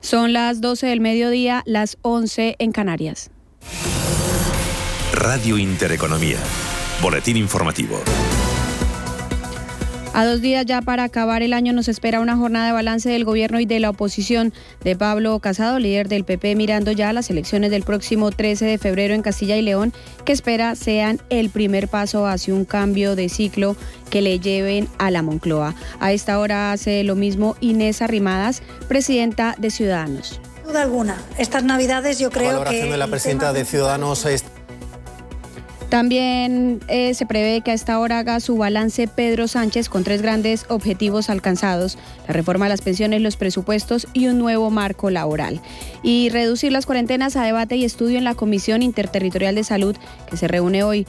Son las 12 del mediodía, las 11 en Canarias. Radio Intereconomía. Boletín informativo. A 2 días ya para acabar el año nos espera una jornada de balance del gobierno y de la oposición de Pablo Casado, líder del PP, mirando ya las elecciones del próximo 13 de febrero en Castilla y León, que espera sean el primer paso hacia un cambio de ciclo que le lleven a la Moncloa. A esta hora hace lo mismo Inés Arrimadas, presidenta de Ciudadanos. Sin duda alguna, estas Navidades yo creo que... La valoración de la presidenta de Ciudadanos es... También se prevé que a esta hora haga su balance Pedro Sánchez con 3 grandes objetivos alcanzados: la reforma de las pensiones, los presupuestos y un nuevo marco laboral. Y reducir las cuarentenas a debate y estudio en la Comisión Interterritorial de Salud que se reúne hoy.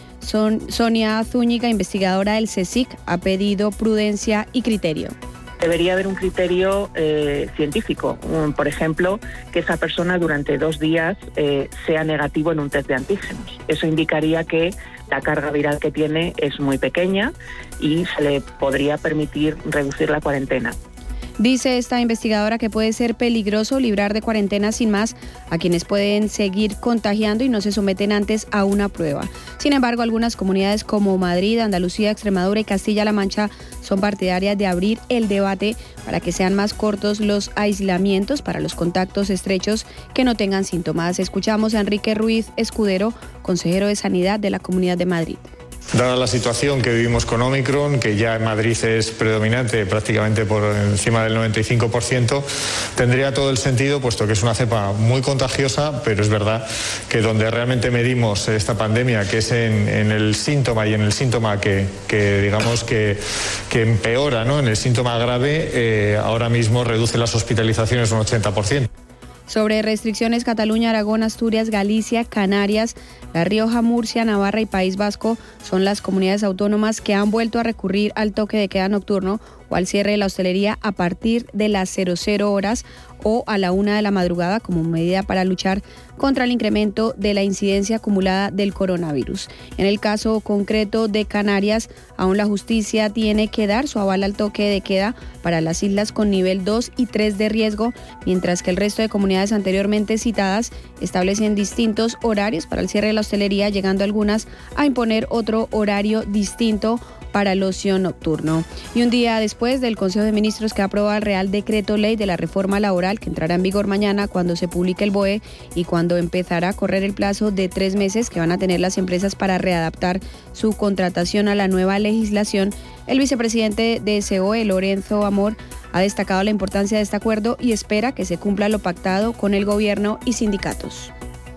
Sonia Zúñiga, investigadora del CSIC, ha pedido prudencia y criterio. Debería haber un criterio científico, por ejemplo, que esa persona durante 2 días sea negativo en un test de antígenos. Eso indicaría que la carga viral que tiene es muy pequeña y se le podría permitir reducir la cuarentena. Dice esta investigadora que puede ser peligroso librar de cuarentena sin más a quienes pueden seguir contagiando y no se someten antes a una prueba. Sin embargo, algunas comunidades como Madrid, Andalucía, Extremadura y Castilla-La Mancha son partidarias de abrir el debate para que sean más cortos los aislamientos para los contactos estrechos que no tengan síntomas. Escuchamos a Enrique Ruiz Escudero, consejero de Sanidad de la Comunidad de Madrid. Dada la situación que vivimos con Omicron, que ya en Madrid es predominante prácticamente por encima del 95%, tendría todo el sentido, puesto que es una cepa muy contagiosa, pero es verdad que donde realmente medimos esta pandemia, que es en el síntoma y en el síntoma que digamos que empeora, ¿no? En el síntoma grave, ahora mismo reduce las hospitalizaciones un 80%. Sobre restricciones, Cataluña, Aragón, Asturias, Galicia, Canarias, La Rioja, Murcia, Navarra y País Vasco son las comunidades autónomas que han vuelto a recurrir al toque de queda nocturno o al cierre de la hostelería a partir de las 00 horas o a la 1 de la madrugada como medida para luchar contra el incremento de la incidencia acumulada del coronavirus. En el caso concreto de Canarias, aún la justicia tiene que dar su aval al toque de queda para las islas con nivel 2 y 3 de riesgo, mientras que el resto de comunidades anteriormente citadas establecen distintos horarios para el cierre de la hostelería, llegando algunas a imponer otro horario distinto para el ocio nocturno. Y un día después del Consejo de Ministros que aprueba el Real Decreto Ley de la Reforma Laboral, que entrará en vigor mañana cuando se publique el BOE y cuando empezará a correr el plazo de 3 meses que van a tener las empresas para readaptar su contratación a la nueva legislación, el vicepresidente de SEOE, Lorenzo Amor, ha destacado la importancia de este acuerdo y espera que se cumpla lo pactado con el gobierno y sindicatos.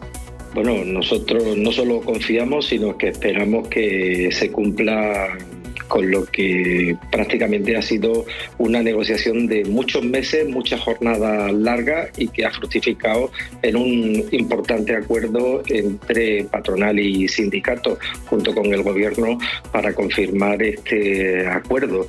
Bueno, nosotros no solo confiamos, sino que esperamos que se cumpla con lo que prácticamente ha sido una negociación de muchos meses, muchas jornadas largas y que ha fructificado en un importante acuerdo entre patronal y sindicato junto con el gobierno para confirmar este acuerdo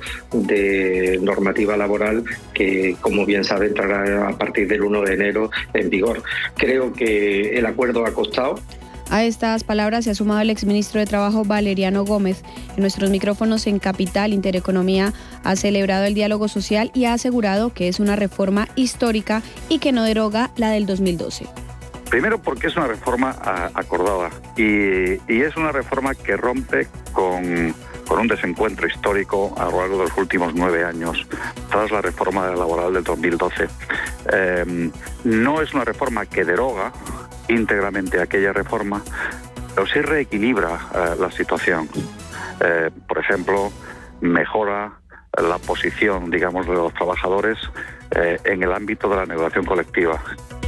de normativa laboral que, como bien sabe, entrará a partir del 1 de enero en vigor. Creo que el acuerdo ha costado. A estas palabras se ha sumado el exministro de Trabajo, Valeriano Gómez. En nuestros micrófonos en Capital Intereconomía ha celebrado el diálogo social y ha asegurado que es una reforma histórica y que no deroga la del 2012. Primero porque es una reforma acordada y es una reforma que rompe con un desencuentro histórico a lo largo de los últimos 9 años, tras la reforma laboral del 2012. No es una reforma que deroga íntegramente aquella reforma, pero sí reequilibra la situación. Por ejemplo, mejora la posición, digamos, de los trabajadores en el ámbito de la negociación colectiva.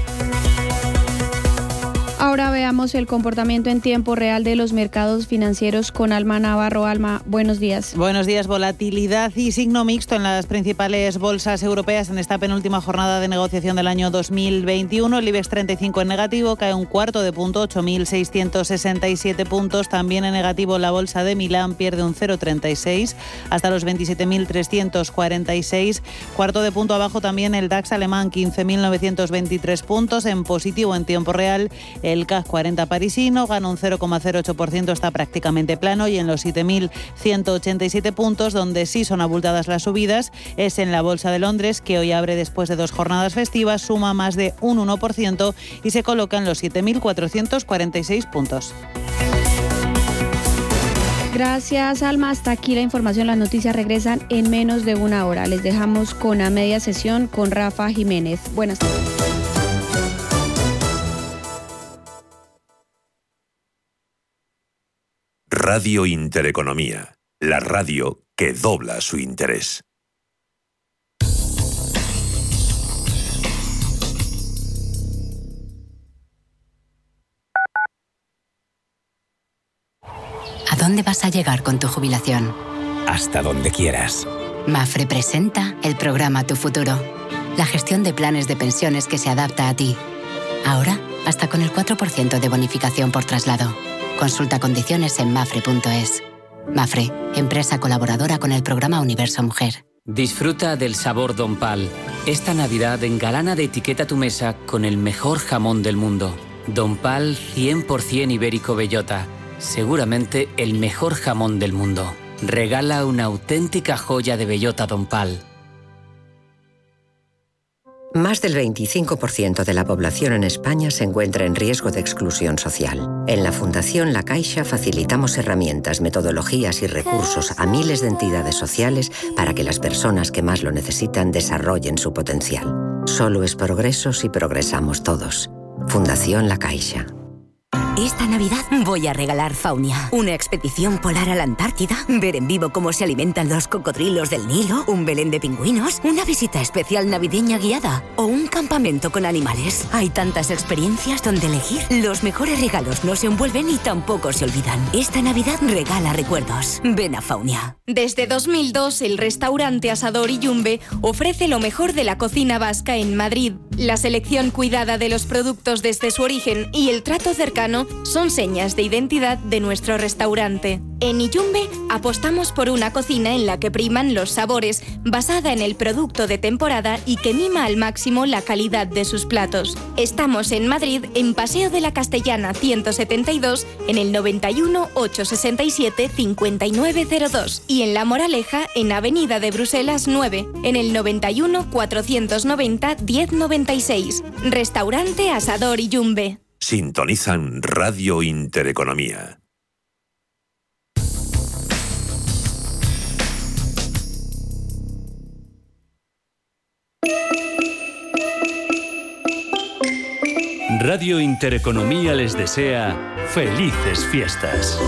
Ahora veamos el comportamiento en tiempo real de los mercados financieros con Alma Navarro. Alma, buenos días. Buenos días. Volatilidad y signo mixto en las principales bolsas europeas en esta penúltima jornada de negociación del año 2021. El IBEX 35 en negativo, cae un cuarto de punto, 8.667 puntos. También en negativo la bolsa de Milán, pierde un 0,36 hasta los 27.346. Cuarto de punto abajo también el DAX alemán, 15.923 puntos. En positivo en tiempo real el CAC 40 parisino gana un 0,08%, está prácticamente plano, y en los 7.187 puntos, donde sí son abultadas las subidas, es en la Bolsa de Londres, que hoy abre después de 2 jornadas festivas, suma más de un 1% y se coloca en los 7.446 puntos. Gracias, Alma. Hasta aquí la información. Las noticias regresan en menos de una hora. Les dejamos con A Media Sesión con Rafa Jiménez. Buenas tardes. Radio Intereconomía, la radio que dobla su interés. ¿A dónde vas a llegar con tu jubilación? Hasta donde quieras. Mapfre presenta el programa Tu Futuro, la gestión de planes de pensiones que se adapta a ti. Ahora, hasta con el 4% de bonificación por traslado. Consulta condiciones en mapfre.es. Mapfre, empresa colaboradora con el programa Universo Mujer. Disfruta del sabor Don Pal. Esta Navidad engalana de etiqueta tu mesa con el mejor jamón del mundo. Don Pal 100% ibérico bellota. Seguramente el mejor jamón del mundo. Regala una auténtica joya de bellota Don Pal. Más del 25% de la población en España se encuentra en riesgo de exclusión social. En la Fundación La Caixa facilitamos herramientas, metodologías y recursos a miles de entidades sociales para que las personas que más lo necesitan desarrollen su potencial. Solo es progreso si progresamos todos. Fundación La Caixa. Esta Navidad voy a regalar Faunia, una expedición polar a la Antártida, ver en vivo cómo se alimentan los cocodrilos del Nilo, un Belén de pingüinos, una visita especial navideña guiada o un campamento con animales. Hay tantas experiencias donde elegir. Los mejores regalos no se envuelven y tampoco se olvidan. Esta Navidad regala recuerdos. Ven a Faunia. Desde 2002, el restaurante Asador y Yumbe ofrece lo mejor de la cocina vasca en Madrid. La selección cuidada de los productos desde su origen y el trato cercano son señas de identidad de nuestro restaurante. En Iyumbe apostamos por una cocina en la que priman los sabores, basada en el producto de temporada y que mima al máximo la calidad de sus platos. Estamos en Madrid, en Paseo de la Castellana 172, en el 91 867 5902 y en La Moraleja, en Avenida de Bruselas 9, en el 91 490 1096. Restaurante Asador Iyumbe. Sintonizan Radio Intereconomía. Radio Intereconomía les desea felices fiestas.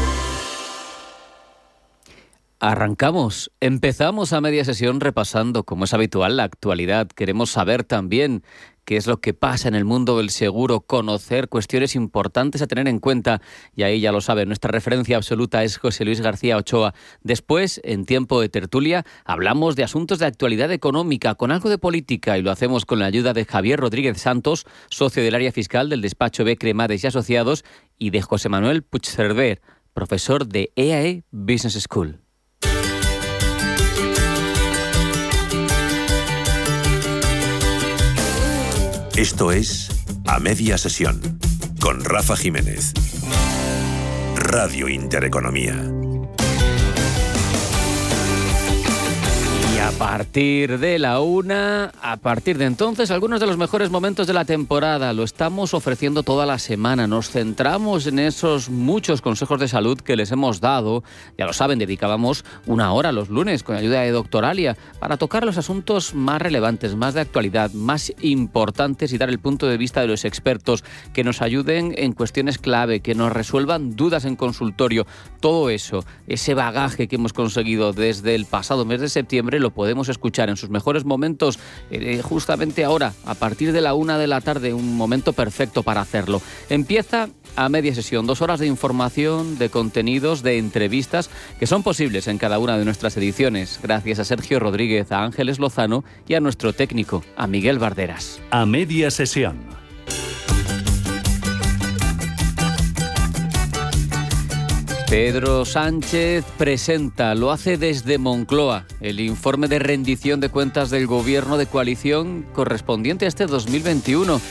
Arrancamos, empezamos A Media Sesión repasando, como es habitual, la actualidad. Queremos saber también qué es lo que pasa en el mundo del seguro, conocer cuestiones importantes a tener en cuenta. Y ahí ya lo saben, nuestra referencia absoluta es José Luis García Ochoa. Después, en tiempo de tertulia, hablamos de asuntos de actualidad económica, con algo de política, y lo hacemos con la ayuda de Javier Rodríguez Santos, socio del área fiscal del despacho B. Cremades y Asociados, y de José Manuel Puigcerver, profesor de EAE Business School. Esto es A Media Sesión, con Rafa Jiménez. Radio Intereconomía. Y a partir de la 1, a partir de entonces, algunos de los mejores momentos de la temporada. Lo estamos ofreciendo toda la semana. Nos centramos en esos muchos consejos de salud que les hemos dado. Ya lo saben, dedicábamos una hora los lunes con ayuda de Doctoralia para tocar los asuntos más relevantes, más de actualidad, más importantes y dar el punto de vista de los expertos que nos ayuden en cuestiones clave, que nos resuelvan dudas en consultorio. Todo eso, ese bagaje que hemos conseguido desde el pasado mes de septiembre, lo podemos escuchar en sus mejores momentos justamente ahora, a partir de la 1 de la tarde, un momento perfecto para hacerlo. Empieza A Media Sesión, 2 horas de información, de contenidos, de entrevistas que son posibles en cada una de nuestras ediciones, gracias a Sergio Rodríguez, a Ángeles Lozano y a nuestro técnico, a Miguel Barderas. A Media Sesión. Pedro Sánchez presenta, lo hace desde Moncloa, el informe de rendición de cuentas del Gobierno de coalición correspondiente a este 2021.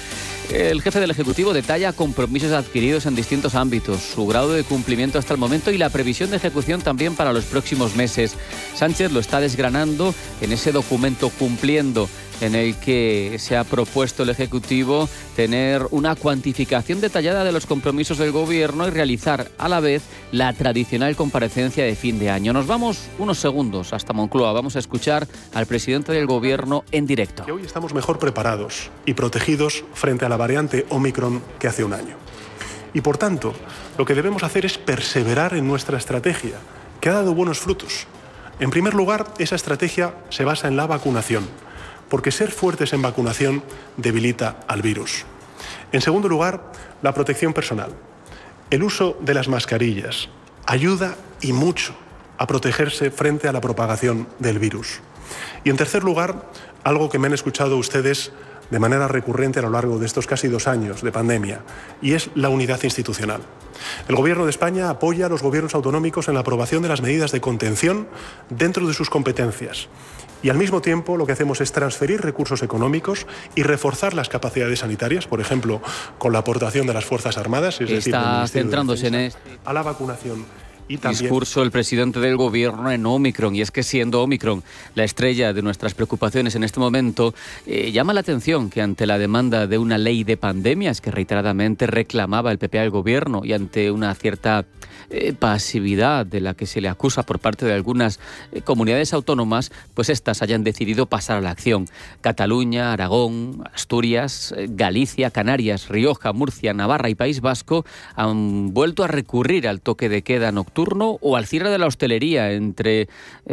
El jefe del Ejecutivo detalla compromisos adquiridos en distintos ámbitos, su grado de cumplimiento hasta el momento y la previsión de ejecución también para los próximos meses. Sánchez lo está desgranando en ese documento Cumpliendo, en el que se ha propuesto el Ejecutivo tener una cuantificación detallada de los compromisos del Gobierno y realizar a la vez la tradicional comparecencia de fin de año. Nos vamos unos segundos hasta Moncloa. Vamos a escuchar al presidente del Gobierno en directo. Que hoy estamos mejor preparados y protegidos frente a la variante Omicron que hace un año. Y por tanto, lo que debemos hacer es perseverar en nuestra estrategia, que ha dado buenos frutos. En primer lugar, esa estrategia se basa en la vacunación, porque ser fuertes en vacunación debilita al virus. En segundo lugar, la protección personal. El uso de las mascarillas ayuda y mucho a protegerse frente a la propagación del virus. Y en tercer lugar, algo que me han escuchado ustedes de manera recurrente a lo largo de estos casi 2 años de pandemia, y es la unidad institucional. El Gobierno de España apoya a los gobiernos autonómicos en la aprobación de las medidas de contención dentro de sus competencias. Y al mismo tiempo lo que hacemos es transferir recursos económicos y reforzar las capacidades sanitarias, por ejemplo, con la aportación de las Fuerzas Armadas, es decir, está centrándose en esto, a la vacunación. Y también discurso el presidente del Gobierno en Omicron, y es que siendo Omicron la estrella de nuestras preocupaciones en este momento, llama la atención que ante la demanda de una ley de pandemias que reiteradamente reclamaba el PP al Gobierno y ante una cierta pasividad de la que se le acusa por parte de algunas comunidades autónomas, pues estas hayan decidido pasar a la acción. Cataluña, Aragón, Asturias, Galicia, Canarias, Rioja, Murcia, Navarra y País Vasco han vuelto a recurrir al toque de queda nocturno o al cierre de la hostelería entre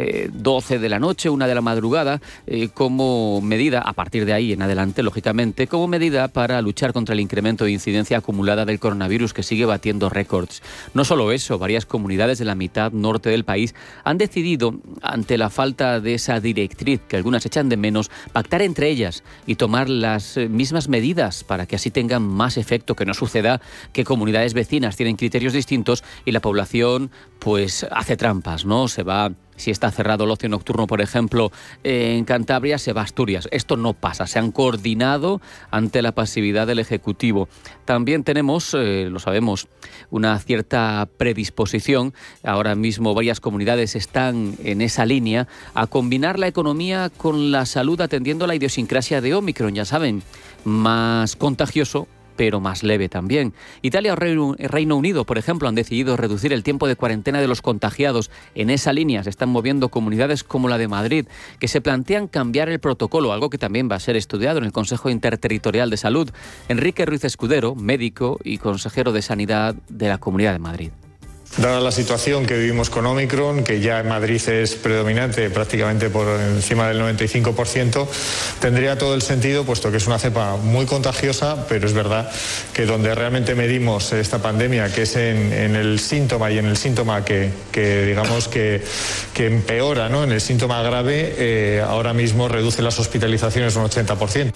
12 de la noche, 1 de la madrugada, como medida, a partir de ahí en adelante, lógicamente, como medida para luchar contra el incremento de incidencia acumulada del coronavirus que sigue batiendo récords. No solo eso, varias comunidades de la mitad norte del país han decidido, ante la falta de esa directriz que algunas echan de menos, pactar entre ellas y tomar las mismas medidas para que así tengan más efecto, que no suceda que comunidades vecinas tienen criterios distintos y la población pues hace trampas, ¿no? Se va, si está cerrado el ocio nocturno, por ejemplo, en Cantabria, se va a Asturias. Esto no pasa, se han coordinado ante la pasividad del Ejecutivo. También tenemos, lo sabemos, una cierta predisposición. Ahora mismo varias comunidades están en esa línea a combinar la economía con la salud atendiendo a la idiosincrasia de Omicron, ya saben, más contagioso, pero más leve también. Italia o Reino Unido, por ejemplo, han decidido reducir el tiempo de cuarentena de los contagiados. En esa línea se están moviendo comunidades como la de Madrid, que se plantean cambiar el protocolo, algo que también va a ser estudiado en el Consejo Interterritorial de Salud. Enrique Ruiz Escudero, médico y consejero de Sanidad de la Comunidad de Madrid. Dada la situación que vivimos con Omicron, que ya en Madrid es predominante prácticamente por encima del 95%, tendría todo el sentido, puesto que es una cepa muy contagiosa, pero es verdad que donde realmente medimos esta pandemia, que es en el síntoma y en el síntoma que digamos que empeora, ¿no? En el síntoma grave, ahora mismo reduce las hospitalizaciones un 80%.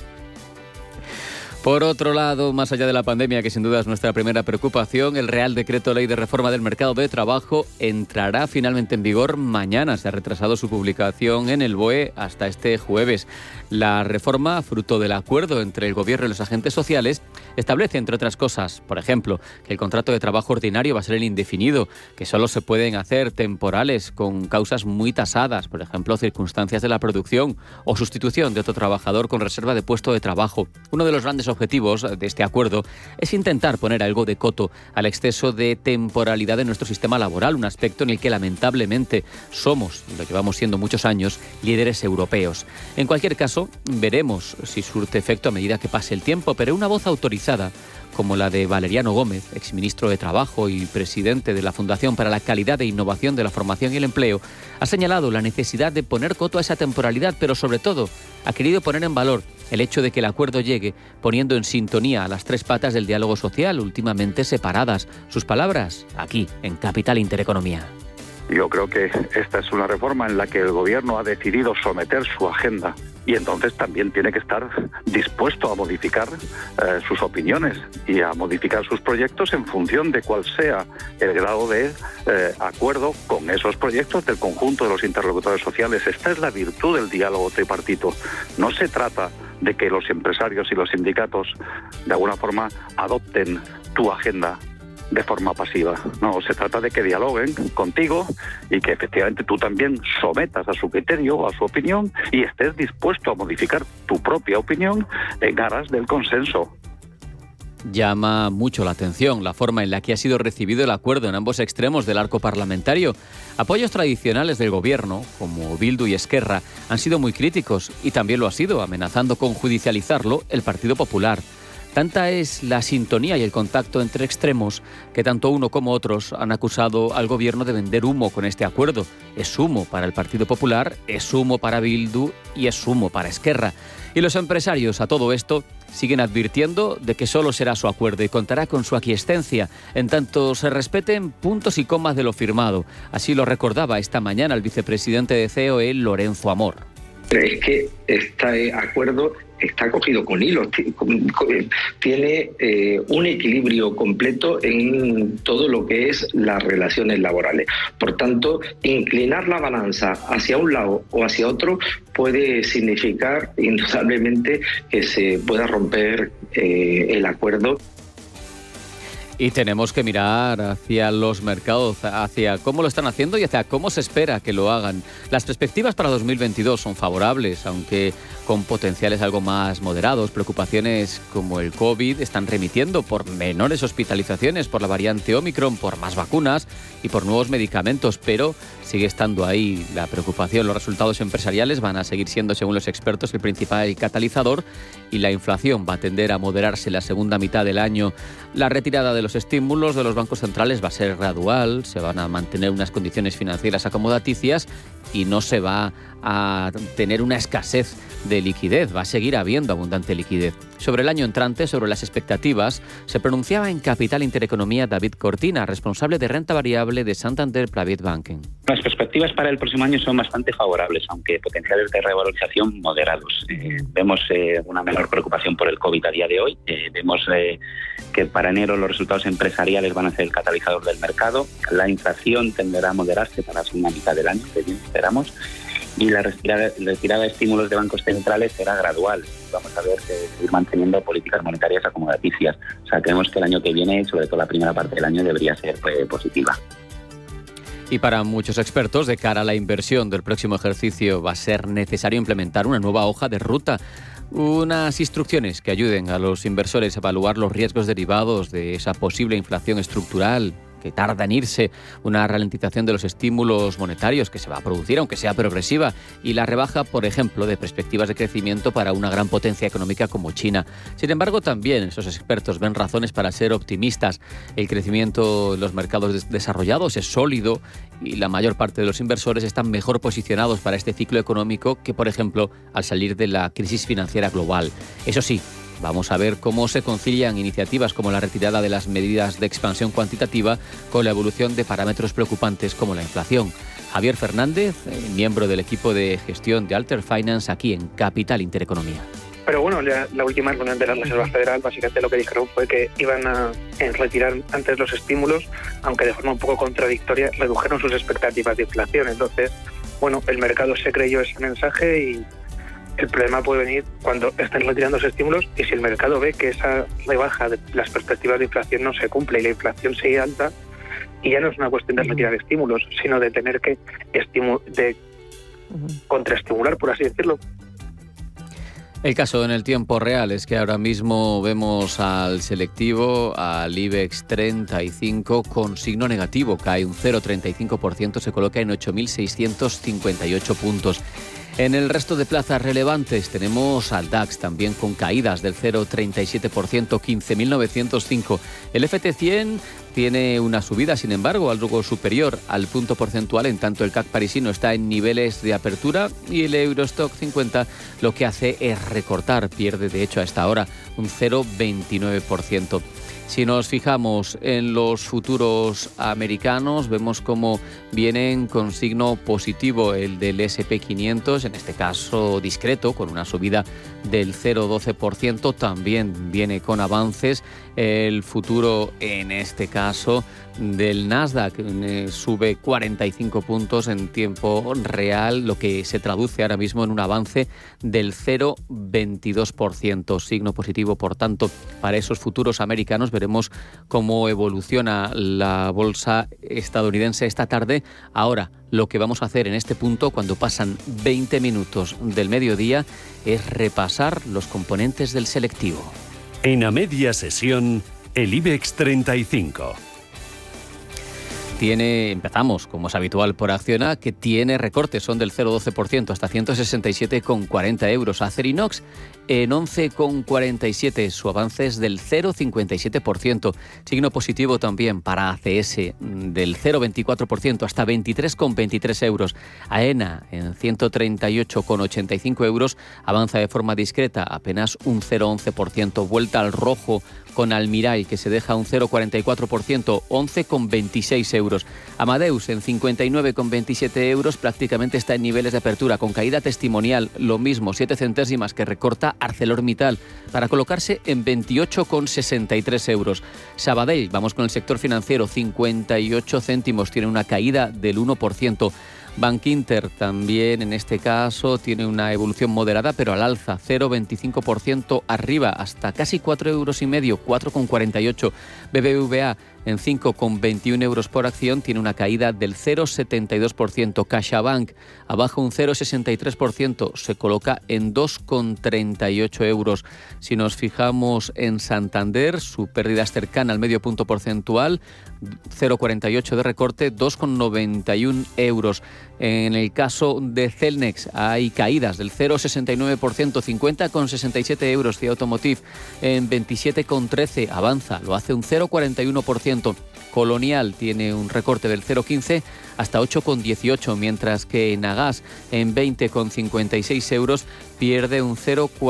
Por otro lado, más allá de la pandemia, que sin duda es nuestra primera preocupación, el Real Decreto Ley de Reforma del Mercado de Trabajo entrará finalmente en vigor mañana. Se ha retrasado su publicación en el BOE hasta este jueves. La reforma, fruto del acuerdo entre el Gobierno y los agentes sociales, establece, entre otras cosas, por ejemplo, que el contrato de trabajo ordinario va a ser el indefinido, que solo se pueden hacer temporales con causas muy tasadas, por ejemplo, circunstancias de la producción o sustitución de otro trabajador con reserva de puesto de trabajo. Uno de los grandes objetivos de este acuerdo es intentar poner algo de coto al exceso de temporalidad de nuestro sistema laboral, un aspecto en el que lamentablemente somos, y lo llevamos siendo muchos años, líderes europeos. En cualquier caso, veremos si surte efecto a medida que pase el tiempo, pero una voz autorizada como la de Valeriano Gómez, exministro de Trabajo y presidente de la Fundación para la Calidad e Innovación de la Formación y el Empleo, ha señalado la necesidad de poner coto a esa temporalidad, pero sobre todo ha querido poner en valor el hecho de que el acuerdo llegue poniendo en sintonía a las tres patas del diálogo social, últimamente separadas. Sus palabras, aquí, en Capital Intereconomía. Yo creo que esta es una reforma en la que el Gobierno ha decidido someter su agenda y entonces también tiene que estar dispuesto a modificar sus opiniones y a modificar sus proyectos en función de cuál sea el grado de acuerdo con esos proyectos del conjunto de los interlocutores sociales. Esta es la virtud del diálogo tripartito. No se trata de que los empresarios y los sindicatos de alguna forma adopten tu agenda de forma pasiva. No, se trata de que dialoguen contigo y que efectivamente tú también sometas a su criterio o a su opinión y estés dispuesto a modificar tu propia opinión en aras del consenso. Llama mucho la atención la forma en la que ha sido recibido el acuerdo en ambos extremos del arco parlamentario. Apoyos tradicionales del gobierno, como Bildu y Esquerra, han sido muy críticos y también lo ha sido, amenazando con judicializarlo, el Partido Popular. Tanta es la sintonía y el contacto entre extremos que tanto uno como otros han acusado al gobierno de vender humo con este acuerdo. Es humo para el Partido Popular, es humo para Bildu y es humo para Esquerra. Y los empresarios a todo esto siguen advirtiendo de que solo será su acuerdo y contará con su aquiescencia en tanto se respeten puntos y comas de lo firmado. Así lo recordaba esta mañana el vicepresidente de COE, Lorenzo Amor. Es que este acuerdo está cogido con hilos, tiene un equilibrio completo en todo lo que es las relaciones laborales. Por tanto, inclinar la balanza hacia un lado o hacia otro puede significar indudablemente que se pueda romper el acuerdo. Y tenemos que mirar hacia los mercados, hacia cómo lo están haciendo y hacia cómo se espera que lo hagan. Las perspectivas para 2022 son favorables, aunque con potenciales algo más moderados. Preocupaciones como el COVID están remitiendo por menores hospitalizaciones, por la variante Omicron, por más vacunas y por nuevos medicamentos, pero sigue estando ahí la preocupación. Los resultados empresariales van a seguir siendo, según los expertos, el principal catalizador y la inflación va a tender a moderarse la segunda mitad del año. La retirada de los estímulos de los bancos centrales va a ser gradual, se van a mantener unas condiciones financieras acomodaticias y no se va a tener una escasez de liquidez, va a seguir habiendo abundante liquidez. Sobre el año entrante, sobre las expectativas, se pronunciaba en Capital Intereconomía David Cortina, responsable de renta variable de Santander Private Banking. Las perspectivas para el próximo año son bastante favorables, aunque potenciales de revalorización moderados. Vemos una menor preocupación por el COVID a día de hoy. Vemos que para enero los resultados empresariales van a ser el catalizador del mercado. La inflación tenderá a moderarse para la segunda mitad del año, que bien esperamos. Y la retirada de estímulos de bancos centrales será gradual. Vamos a ver seguir manteniendo políticas monetarias acomodaticias. O sea, creemos que el año que viene, sobre todo la primera parte del año, debería ser positiva. Y para muchos expertos, de cara a la inversión del próximo ejercicio, va a ser necesario implementar una nueva hoja de ruta. Unas instrucciones que ayuden a los inversores a evaluar los riesgos derivados de esa posible inflación estructural que tarda en irse, una ralentización de los estímulos monetarios que se va a producir, aunque sea progresiva, y la rebaja, por ejemplo, de perspectivas de crecimiento para una gran potencia económica como China. Sin embargo, también esos expertos ven razones para ser optimistas. El crecimiento en los mercados desarrollados es sólido y la mayor parte de los inversores están mejor posicionados para este ciclo económico que, por ejemplo, al salir de la crisis financiera global. Eso sí, vamos a ver cómo se concilian iniciativas como la retirada de las medidas de expansión cuantitativa con la evolución de parámetros preocupantes como la inflación. Javier Fernández, miembro del equipo de gestión de Alter Finance, aquí en Capital Intereconomía. Pero bueno, la última reunión de la Reserva Federal, básicamente lo que dijeron fue que iban a retirar antes los estímulos, aunque de forma un poco contradictoria redujeron sus expectativas de inflación. Entonces, bueno, el mercado se creyó ese mensaje y el problema puede venir cuando estén retirando los estímulos y si el mercado ve que esa rebaja de las perspectivas de inflación no se cumple y la inflación sigue alta, y ya no es una cuestión de retirar estímulos, sino de tener que contraestimular, por así decirlo. El caso en el tiempo real es que ahora mismo vemos al selectivo, al IBEX 35, con signo negativo. Cae un 0,35%, se coloca en 8.658 puntos. En el resto de plazas relevantes tenemos al DAX también con caídas del 0,37%, 15.905. El FT100 tiene una subida, sin embargo, algo superior al punto porcentual, en tanto el CAC parisino está en niveles de apertura y el Eurostock 50 lo que hace es recortar, pierde de hecho a esta hora un 0,29%. Si nos fijamos en los futuros americanos, vemos cómo vienen con signo positivo el del S&P 500, en este caso discreto, con una subida del 0,12%. También viene con avances el futuro, en este caso, del Nasdaq. Sube 45 puntos en tiempo real, lo que se traduce ahora mismo en un avance del 0,22%. Signo positivo, por tanto, para esos futuros americanos. Veremos cómo evoluciona la bolsa estadounidense esta tarde. Ahora, lo que vamos a hacer en este punto, cuando pasan 20 minutos del mediodía, es repasar los componentes del selectivo. En A Media Sesión, el IBEX 35. Empezamos, como es habitual, por Acciona, que tiene recortes, son del 0,12% hasta 167,40 euros. Acerinox en 11,47, su avance es del 0,57%. Signo positivo también para ACS, del 0,24% hasta 23,23 euros. AENA en 138,85 euros, avanza de forma discreta, apenas un 0,11%. Vuelta al rojo con Almirall, que se deja un 0,44%, 11,26 euros. Amadeus en 59,27 euros, prácticamente está en niveles de apertura, con caída testimonial, lo mismo, 7 centésimas que recorta ArcelorMittal, para colocarse en 28,63 euros. Sabadell, vamos con el sector financiero, 58 céntimos, tiene una caída del 1%. Bankinter también, en este caso, tiene una evolución moderada, pero al alza, 0,25% arriba, hasta casi 4,5 euros, 4,48. BBVA en 5,21 euros por acción, tiene una caída del 0,72%. CaixaBank abajo un 0,63%, se coloca en 2,38 euros. Si nos fijamos en Santander, su pérdida es cercana al medio punto porcentual, 0,48 de recorte, 2,91 euros. En el caso de Celnex hay caídas del 0,69%, 50,67 euros. CIE Automotive en 27,13, avanza, lo hace un 0,41%. Colonial tiene un recorte del 0,15 hasta 8,18, mientras que Nagas en 20,56 euros pierde un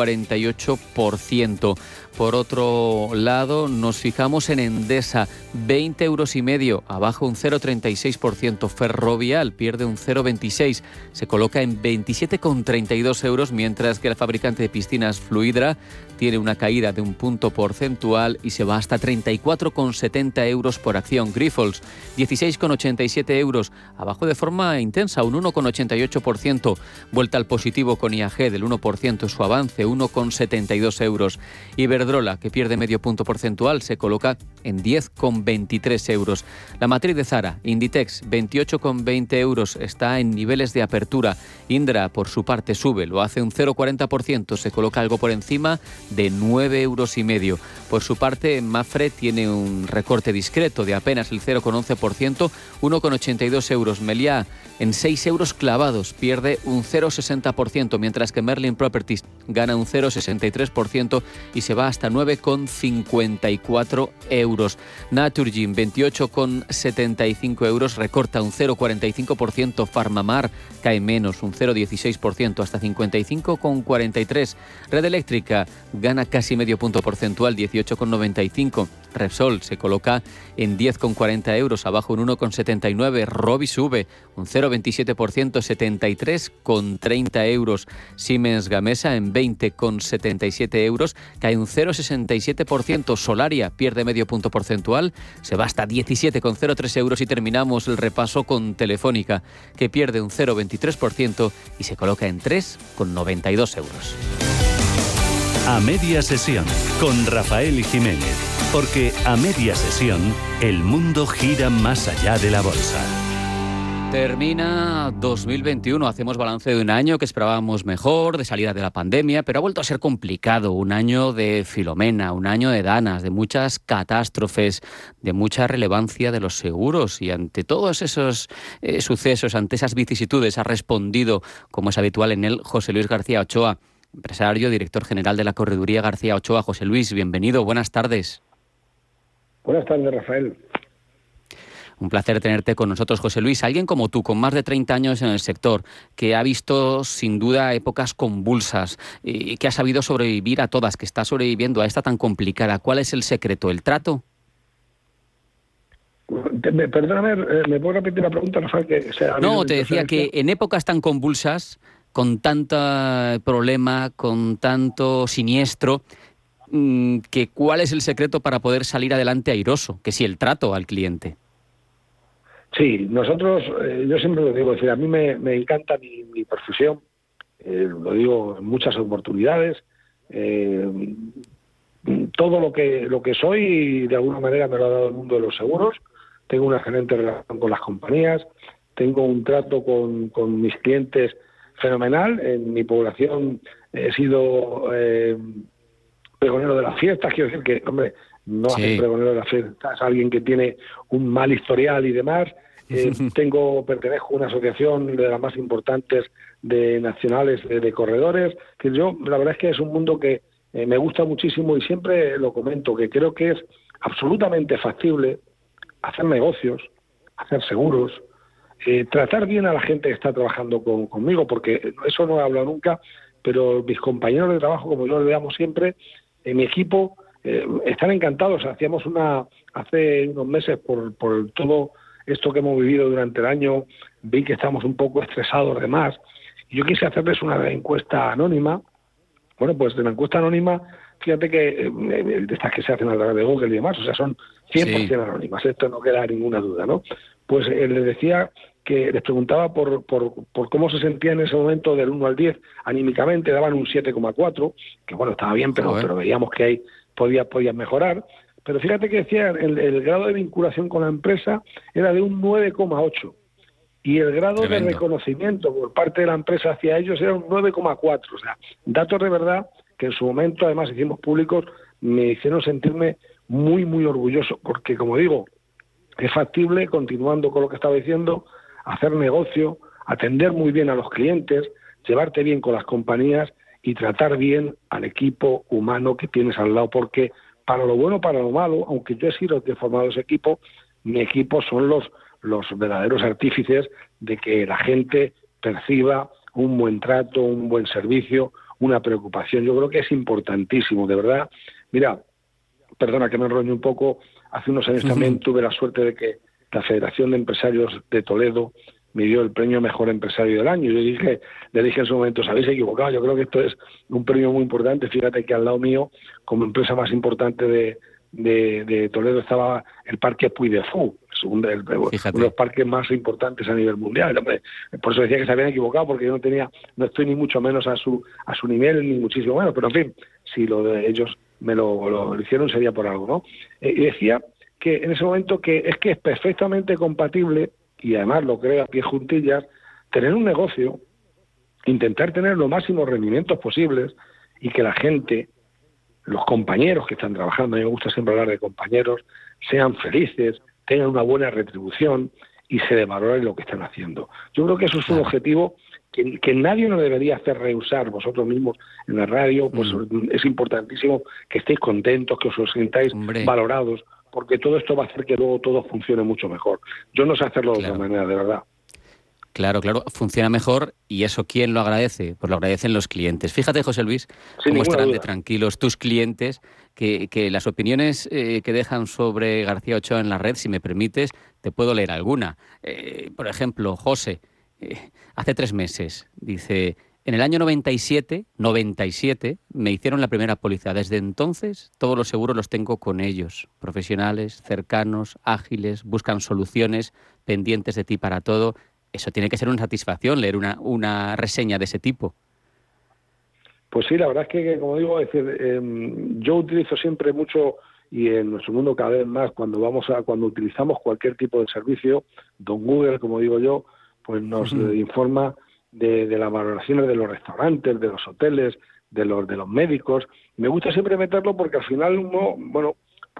0,48%. Por otro lado, nos fijamos en Endesa, 20,5 euros, abajo un 0,36%. Ferrovial pierde un 0,26, se coloca en 27,32 euros, mientras que el fabricante de piscinas Fluidra tiene una caída de un punto porcentual y se va hasta 34,70 euros por acción. Grifols, 16,87 euros, abajo de forma intensa, un 1,88%. Vuelta al positivo con IAG del 1%, su avance, 1,72 euros. Iberdrola, que pierde medio punto porcentual, se coloca en 10,23 euros. La matriz de Zara, Inditex, 28,20 euros, está en niveles de apertura. Indra, por su parte, sube, lo hace un 0,40%, se coloca algo por encima de 9,5 euros. Por su parte, Mafre tiene un recorte discreto de apenas el 0,11%, 1,82 euros. Meliá, en 6 euros clavados, pierde un 0,60%, mientras que Merlin Properties gana un 0,63% y se va hasta 9,54 euros. Naturgy, 28,75 euros, recorta un 0,45%. Farmamar cae menos, un 0,16%, hasta 55,43. Red Eléctrica gana casi medio punto porcentual, 18,95. Repsol se coloca en 10,40 euros, abajo un 1,79. Robi sube un 0,27%, 73,30 euros. Siemens Gamesa en 20,77 euros, cae un 0,67%. Solaria pierde medio punto porcentual, se va hasta 17,03 euros. Y terminamos el repaso con Telefónica, que pierde un 0,23% y se coloca en 3,92 euros. A Media Sesión, con Rafael Jiménez. Porque a media sesión, el mundo gira más allá de la bolsa. Termina 2021, hacemos balance de un año que esperábamos mejor, de salida de la pandemia, pero ha vuelto a ser complicado. Un año de Filomena, un año de danas, de muchas catástrofes, de mucha relevancia de los seguros. Y ante todos esos sucesos, ante esas vicisitudes, ha respondido, como es habitual en él, José Luis García Ochoa, empresario, director general de la Correduría García Ochoa. José Luis, bienvenido, buenas tardes. Buenas tardes, Rafael. Un placer tenerte con nosotros, José Luis. Alguien como tú, con más de 30 años en el sector, que ha visto sin duda épocas convulsas y que ha sabido sobrevivir a todas, que está sobreviviendo a esta tan complicada. ¿Cuál es el secreto? ¿El trato? Perdóname, ¿me puedo repetir la pregunta, Rafael? No, te decía que en épocas tan convulsas, con tanto problema, con tanto siniestro, que ¿cuál es el secreto para poder salir adelante airoso? Que si el trato al cliente. Sí, nosotros, yo siempre lo digo, es decir, a mí me encanta mi profesión, lo digo en muchas oportunidades, todo lo que soy, de alguna manera me lo ha dado el mundo de los seguros. Tengo una excelente relación con las compañías, tengo un trato con mis clientes fenomenal. En mi población he sido pregonero de las fiestas, quiero decir que, hombre, no hace pregonero de las fiestas, es alguien que tiene un mal historial y demás. Pertenezco a una asociación de las más importantes nacionales de corredores, que yo, la verdad es que es un mundo que me gusta muchísimo y siempre lo comento, que creo que es absolutamente factible hacer negocios, hacer seguros, tratar bien a la gente que está trabajando conmigo, porque eso no he hablado nunca, pero mis compañeros de trabajo, como yo le llamo siempre, en mi equipo están encantados. Hacíamos hace unos meses por todo esto que hemos vivido durante el año, vi que estamos un poco estresados de más, y yo quise hacerles una encuesta anónima. Bueno, pues de la encuesta anónima, fíjate que de estas que se hacen a través de Google y demás, o sea, son 100% anónimas, esto no queda ninguna duda, ¿no? Pues les decía que les preguntaba por cómo se sentía en ese momento del 1 al 10, anímicamente daban un 7,4, que bueno, estaba bien, pero veíamos que ahí podían mejorar. Pero fíjate que decía el grado de vinculación con la empresa era de un 9,8 y el grado de reconocimiento por parte de la empresa hacia ellos era un 9,4. O sea, datos de verdad que en su momento, además, hicimos públicos, me hicieron sentirme muy, muy orgulloso, porque, como digo, es factible, continuando con lo que estaba diciendo, hacer negocio, atender muy bien a los clientes, llevarte bien con las compañías y tratar bien al equipo humano que tienes al lado, porque para lo bueno, para lo malo, aunque yo he sido el que he formado ese equipo, mi equipo son los verdaderos artífices de que la gente perciba un buen trato, un buen servicio, una preocupación. Yo creo que es importantísimo, de verdad. Mira, perdona que me enrollo un poco, hace unos años también tuve la suerte de que la Federación de Empresarios de Toledo me dio el premio Mejor Empresario del Año. Yo le dije en su momento, os habéis equivocado, yo creo que esto es un premio muy importante. Fíjate que al lado mío, como empresa más importante de Toledo, estaba el Parque Puy de Fou, uno de los parques más importantes a nivel mundial. Hombre, por eso decía que se habían equivocado, porque yo no estoy ni mucho menos a su nivel, ni muchísimo menos, pero en fin, si lo de ellos me lo hicieron sería por algo, ¿no? Y decía que en ese momento que es perfectamente compatible, y además lo creo a pie juntillas, tener un negocio, intentar tener los máximos rendimientos posibles y que la gente, los compañeros que están trabajando, a mí me gusta siempre hablar de compañeros, sean felices, tengan una buena retribución y se valoren lo que están haciendo. Yo creo que eso es un objetivo que nadie nos debería hacer rehusar. Vosotros mismos en la radio, pues es importantísimo que estéis contentos, que os sintáis valorados, porque todo esto va a hacer que luego todo funcione mucho mejor. Yo no sé hacerlo de otra manera, de verdad. Claro, funciona mejor, y eso ¿quién lo agradece? Pues lo agradecen los clientes. Fíjate, José Luis, cómo estarán de tranquilos tus clientes, que las opiniones que dejan sobre García Ochoa en la red, si me permites, te puedo leer alguna. Por ejemplo, José, hace 3 meses, dice: en el año 97, me hicieron la primera póliza. Desde entonces, todos los seguros los tengo con ellos. Profesionales, cercanos, ágiles, buscan soluciones, pendientes de ti para todo. Eso tiene que ser una satisfacción, leer una reseña de ese tipo. Pues sí, la verdad es que, como digo, yo utilizo siempre mucho, y en nuestro mundo cada vez más, cuando utilizamos cualquier tipo de servicio, don Google, como digo yo, pues nos informa de las valoraciones de los restaurantes, de los hoteles, de los médicos. Me gusta siempre meterlo porque al final uno, bueno,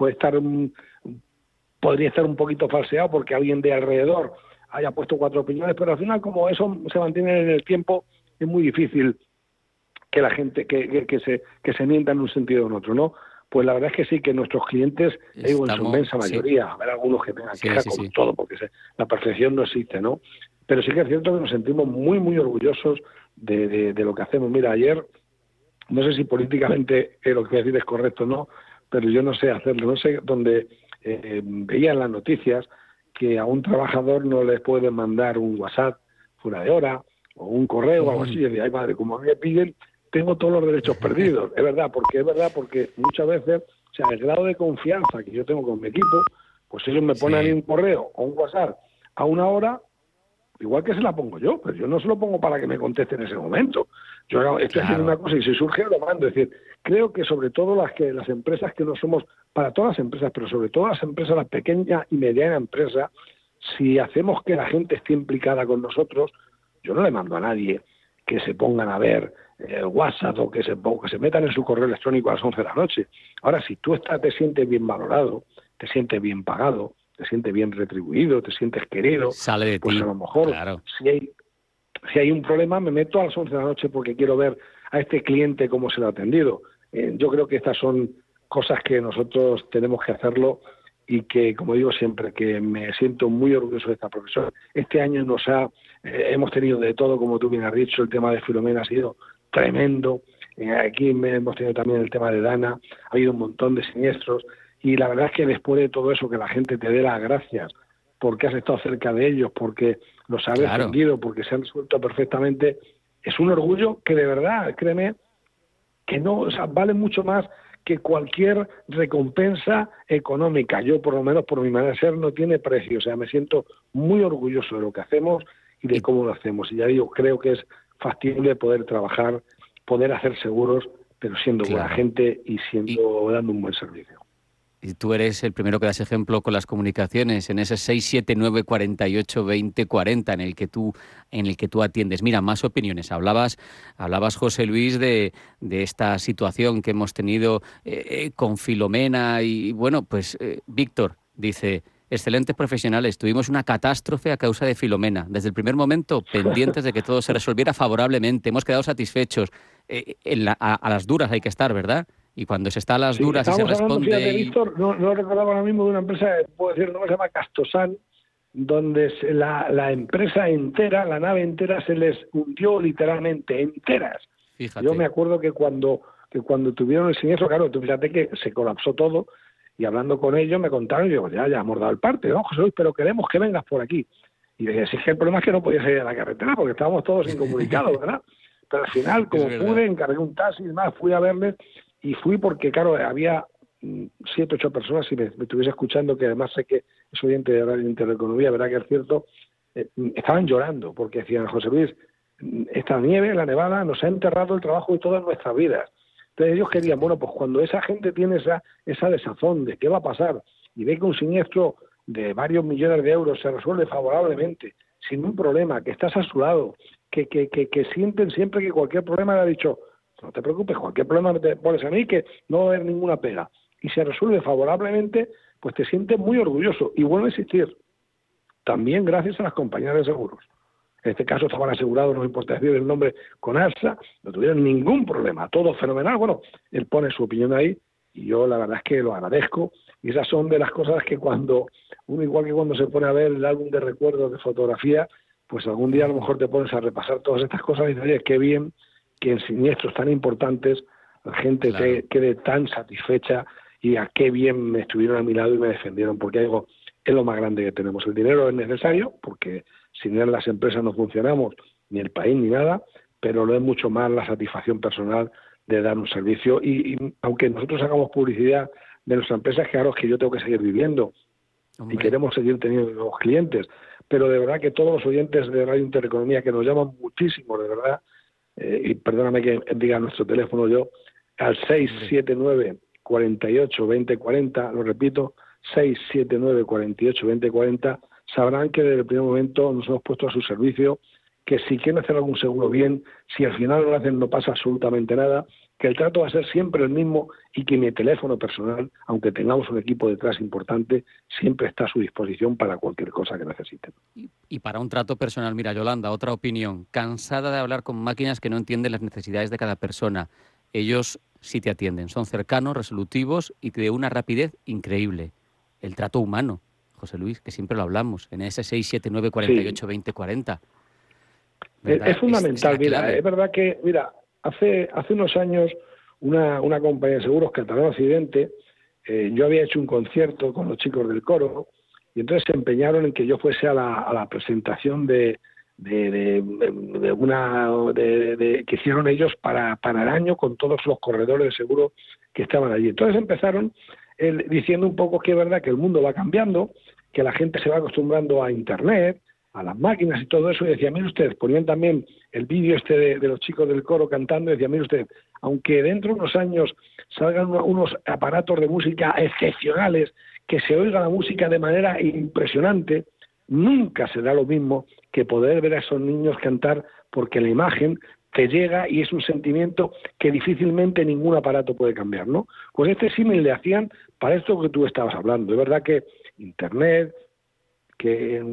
podría estar un poquito falseado porque alguien de alrededor haya puesto 4 opiniones, pero al final, como eso se mantiene en el tiempo, es muy difícil que la gente que se mienta en un sentido o en otro, ¿no? Pues la verdad es que sí, que nuestros clientes, digo, en su inmensa mayoría, a ver algunos que tengan quejas con todo, porque la perfección no existe, ¿no? Pero sí que es cierto que nos sentimos muy, muy orgullosos de lo que hacemos. Mira, ayer, no sé si políticamente lo que voy a decir es correcto o no, pero yo no sé hacerlo. No sé dónde veía en las noticias que a un trabajador no le pueden mandar un WhatsApp fuera de hora o un correo o algo así. Y dice, ay madre, como a mí me piden, tengo todos los derechos perdidos. Es verdad, porque muchas veces, o sea, el grado de confianza que yo tengo con mi equipo, pues ellos me ponen ahí un correo o un WhatsApp a una hora, igual que se la pongo yo, pero yo no se lo pongo para que me conteste en ese momento. Yo estoy haciendo una cosa y si surge lo mando. Es decir, creo que sobre todo las empresas que no somos, para todas las empresas, pero sobre todo las empresas, las pequeñas y medianas empresas, si hacemos que la gente esté implicada con nosotros, yo no le mando a nadie que se pongan a ver WhatsApp o que se metan en su correo electrónico a las 11 de la noche. Ahora, si tú te sientes bien valorado, te sientes bien pagado, te sientes bien retribuido, te sientes querido, sale de pues ti. A lo mejor, claro. si hay un problema, me meto a las 11 de la noche porque quiero ver a este cliente cómo se lo ha atendido. Yo creo que estas son cosas que nosotros tenemos que hacerlo y que, como digo siempre, que me siento muy orgulloso de esta profesión. Este año hemos tenido de todo, como tú bien has dicho, el tema de Filomena ha sido tremendo. Aquí hemos tenido también el tema de Dana, ha habido un montón de siniestros y la verdad es que después de todo eso, que la gente te dé las gracias porque has estado cerca de ellos, porque los has defendido, porque se han resuelto perfectamente, es un orgullo que de verdad, créeme, que no, o sea, vale mucho más que cualquier recompensa económica. Yo, por lo menos, por mi manera de ser, no tiene precio. O sea, me siento muy orgulloso de lo que hacemos y de cómo lo hacemos. Y ya digo, creo que es factible poder trabajar, poder hacer seguros, pero siendo buena gente y dando un buen servicio. Y tú eres el primero que das ejemplo con las comunicaciones, en ese 679 48 20 40 en el que tú atiendes. Mira, más opiniones. Hablabas José Luis, de esta situación que hemos tenido con Filomena y bueno, pues Víctor dice: excelentes profesionales, tuvimos una catástrofe a causa de Filomena. Desde el primer momento, pendientes de que todo se resolviera favorablemente, hemos quedado satisfechos. A las duras hay que estar, ¿verdad? Y cuando se está a las duras y se responde... Fíjate, Víctor, no recordaba ahora mismo de una empresa, puedo decir, no se llama Castosan, donde la empresa entera, la nave entera, se les hundió literalmente, enteras. Fíjate. Yo me acuerdo que cuando tuvieron el siniestro, claro, tú fíjate que se colapsó todo, y hablando con ellos me contaron, y digo, ya hemos dado el parte, ¿no, José Luis? Pero queremos que vengas por aquí. Y dije, sí, es que el problema es que no podía salir a la carretera, porque estábamos todos incomunicados, ¿verdad? Pero al final, como pude, encargué un taxi y demás, fui a verles. Y fui porque, claro, había 7 o 8 personas, si me estuviese escuchando, que además sé que es oyente de Radio Intereconomía, verdad que es cierto, estaban llorando, porque decían, José Luis, esta nieve, la nevada, nos ha enterrado el trabajo de todas nuestras vidas. Entonces ellos querían, bueno, pues cuando esa gente tiene esa desazón de qué va a pasar, y ve que un siniestro de varios millones de euros se resuelve favorablemente, sin un problema, que estás a su lado, que sienten siempre que cualquier problema le ha dicho... No te preocupes, cualquier problema te pones a mí, que no va a haber ninguna pega. Y se resuelve favorablemente, pues te sientes muy orgulloso. Y vuelve a existir. También gracias a las compañías de seguros. En este caso estaban asegurados, no importa decir el nombre, con AXA, no tuvieron ningún problema. Todo fenomenal. Bueno, él pone su opinión ahí y yo la verdad es que lo agradezco. Y esas son de las cosas que cuando uno, igual que cuando se pone a ver el álbum de recuerdos de fotografía, pues algún día a lo mejor te pones a repasar todas estas cosas y dices, oye, qué bien que en siniestros tan importantes la gente quede tan satisfecha y a qué bien me estuvieron a mi lado y me defendieron, porque digo, es lo más grande que tenemos. El dinero es necesario, porque sin él las empresas no funcionamos, ni el país ni nada, pero lo es mucho más la satisfacción personal de dar un servicio. Y aunque nosotros hagamos publicidad de nuestra empresa, claro, es que yo tengo que seguir viviendo. Hombre. Y queremos seguir teniendo nuevos clientes, pero de verdad que todos los oyentes de Radio Intereconomía, que nos llaman muchísimo, de verdad, y perdóname que diga nuestro teléfono yo, al 679 48 20 40, lo repito, 679 48 20 40, sabrán que desde el primer momento nos hemos puesto a su servicio, que si quieren hacer algún seguro bien, si al final no lo hacen no pasa absolutamente nada, que el trato va a ser siempre el mismo y que mi teléfono personal, aunque tengamos un equipo detrás importante, siempre está a su disposición para cualquier cosa que necesiten. Y para un trato personal, mira, Yolanda, otra opinión. Cansada de hablar con máquinas que no entienden las necesidades de cada persona. Ellos sí te atienden, son cercanos, resolutivos y de una rapidez increíble. El trato humano, José Luis, que siempre lo hablamos, en ese 679 48 20 40. Es fundamental, mira, es verdad que, mira, hace unos años una compañía de seguros, Catalán Occidente, yo había hecho un concierto con los chicos del coro y entonces se empeñaron en que yo fuese a la presentación que hicieron ellos para el año con todos los corredores de seguro que estaban allí. Entonces empezaron diciendo un poco que es verdad que el mundo va cambiando, que la gente se va acostumbrando a Internet, a las máquinas y todo eso, y decía, mire usted, ponían también el vídeo de los chicos del coro cantando, y decía, mire usted, aunque dentro de unos años salgan unos aparatos de música excepcionales, que se oiga la música de manera impresionante, nunca será lo mismo que poder ver a esos niños cantar, porque la imagen te llega y es un sentimiento que difícilmente ningún aparato puede cambiar, ¿no? Pues este símil le hacían para esto que tú estabas hablando. Es verdad que Internet, que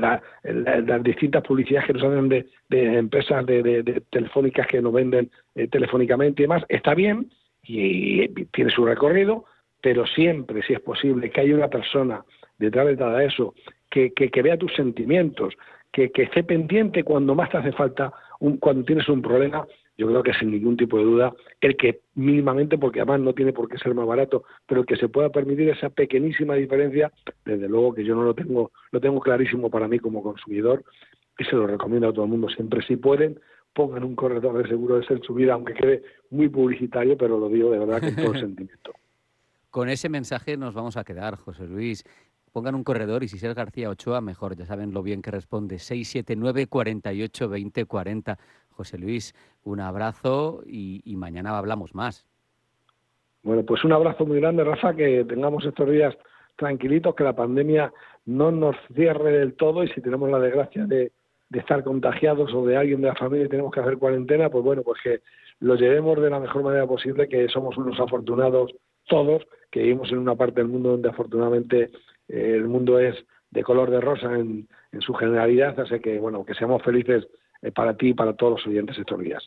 las distintas publicidades que nos hacen de empresas de telefónicas que nos venden telefónicamente y demás, está bien y tiene su recorrido, pero siempre, si es posible, que haya una persona detrás de todo eso que vea tus sentimientos, que esté pendiente cuando más te hace falta, cuando tienes un problema. Yo creo que sin ningún tipo de duda, el que mínimamente, porque además no tiene por qué ser más barato, pero el que se pueda permitir esa pequeñísima diferencia, desde luego que yo no lo tengo clarísimo para mí como consumidor, y se lo recomiendo a todo el mundo. Siempre, si pueden, pongan un corredor de seguro de su vida, aunque quede muy publicitario, pero lo digo de verdad con todo el sentimiento. Con ese mensaje nos vamos a quedar, José Luis. Pongan un corredor y si es García Ochoa, mejor. Ya saben lo bien que responde. 679 48 20 40. José Luis, un abrazo y mañana hablamos más. Bueno, pues un abrazo muy grande, Rafa, que tengamos estos días tranquilitos, que la pandemia no nos cierre del todo, y si tenemos la desgracia de estar contagiados o de alguien de la familia y tenemos que hacer cuarentena, pues bueno, pues que lo llevemos de la mejor manera posible, que somos unos afortunados todos, que vivimos en una parte del mundo donde afortunadamente el mundo es de color de rosa en su generalidad, así que bueno, que seamos felices para ti y para todos los oyentes estos días.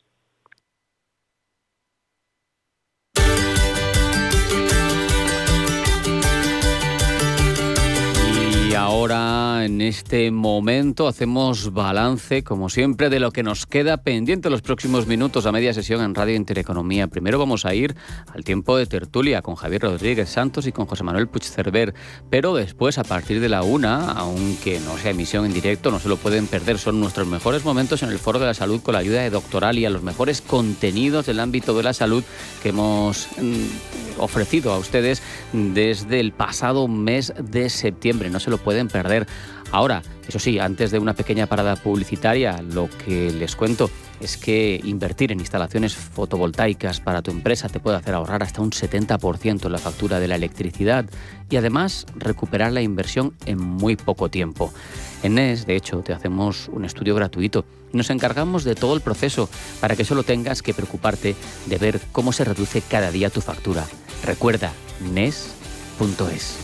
Y ahora, en este momento, hacemos balance, como siempre, de lo que nos queda pendiente los próximos minutos a media sesión en Radio Intereconomía. Primero vamos a ir al tiempo de tertulia con Javier Rodríguez Santos y con José Manuel Puigcerver, pero después, a partir de la 1, aunque no sea emisión en directo, no se lo pueden perder. Son nuestros mejores momentos en el Foro de la Salud con la ayuda de Doctoralia, los mejores contenidos del ámbito de la salud que hemos ofrecido a ustedes desde el pasado mes de septiembre. No se lo pueden perder. Ahora, eso sí, antes de una pequeña parada publicitaria, lo que les cuento es que invertir en instalaciones fotovoltaicas para tu empresa te puede hacer ahorrar hasta un 70% en la factura de la electricidad y además recuperar la inversión en muy poco tiempo. En NES, de hecho, te hacemos un estudio gratuito y nos encargamos de todo el proceso para que solo tengas que preocuparte de ver cómo se reduce cada día tu factura. Recuerda, NES.es.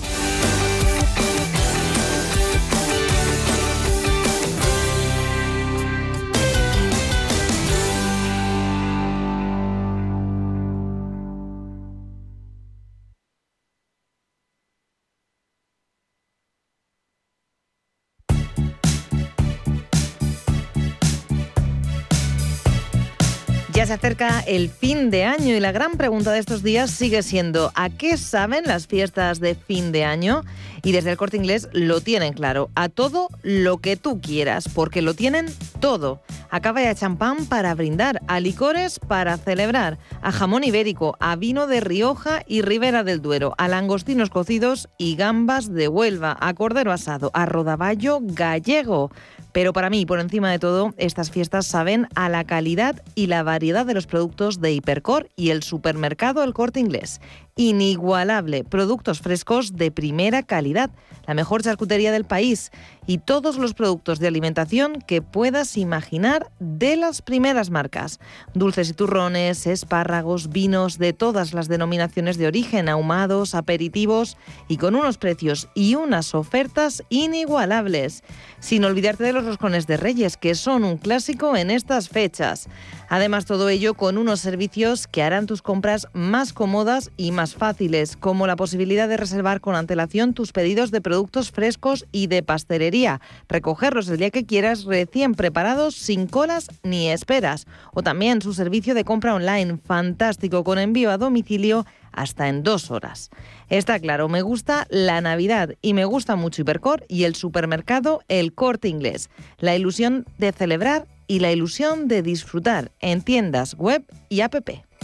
Ya se acerca el fin de año y la gran pregunta de estos días sigue siendo ¿a qué saben las fiestas de fin de año? Y desde el Corte Inglés lo tienen claro, a todo lo que tú quieras, porque lo tienen todo. A cava y a champán para brindar, a licores para celebrar, a jamón ibérico, a vino de Rioja y Ribera del Duero, a langostinos cocidos y gambas de Huelva, a cordero asado, a rodaballo gallego. Pero para mí, por encima de todo, estas fiestas saben a la calidad y la variedad de los productos de Hipercor y el supermercado El Corte Inglés. Inigualable, productos frescos de primera calidad, la mejor charcutería del país y todos los productos de alimentación que puedas imaginar de las primeras marcas. Dulces y turrones, espárragos, vinos de todas las denominaciones de origen, ahumados, aperitivos y con unos precios y unas ofertas inigualables. Sin olvidarte de los roscones de Reyes, que son un clásico en estas fechas. Además, todo ello con unos servicios que harán tus compras más cómodas y más fáciles, como la posibilidad de reservar con antelación tus pedidos de productos frescos y de pastelería, recogerlos el día que quieras recién preparados, sin colas ni esperas. O también su servicio de compra online, fantástico, con envío a domicilio hasta en 2 horas. Está claro, me gusta la Navidad y me gusta mucho Hipercor y el supermercado El Corte Inglés. La ilusión de celebrar y la ilusión de disfrutar en tiendas web y app.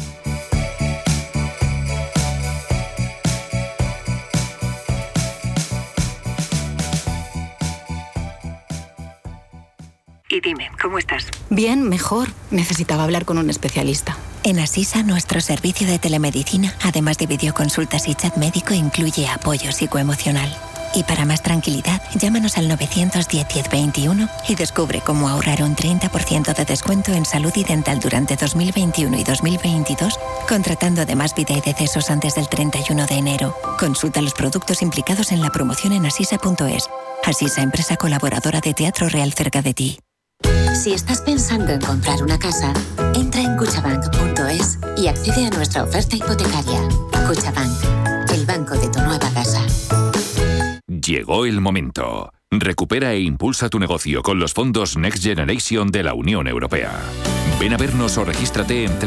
Y dime, ¿cómo estás? Bien, mejor. Necesitaba hablar con un especialista. En Asisa, nuestro servicio de telemedicina, además de videoconsultas y chat médico, incluye apoyo psicoemocional. Y para más tranquilidad, llámanos al 910-1021 y descubre cómo ahorrar un 30% de descuento en salud y dental durante 2021 y 2022, contratando además vida y decesos antes del 31 de enero. Consulta los productos implicados en la promoción en asisa.es. Asisa, empresa colaboradora de Teatro Real cerca de ti. Si estás pensando en comprar una casa, entra en cuchabank.es y accede a nuestra oferta hipotecaria. Cuchabank, el banco de tu nueva casa. Llegó el momento. Recupera e impulsa tu negocio con los fondos Next Generation de la Unión Europea. Ven a vernos o regístrate en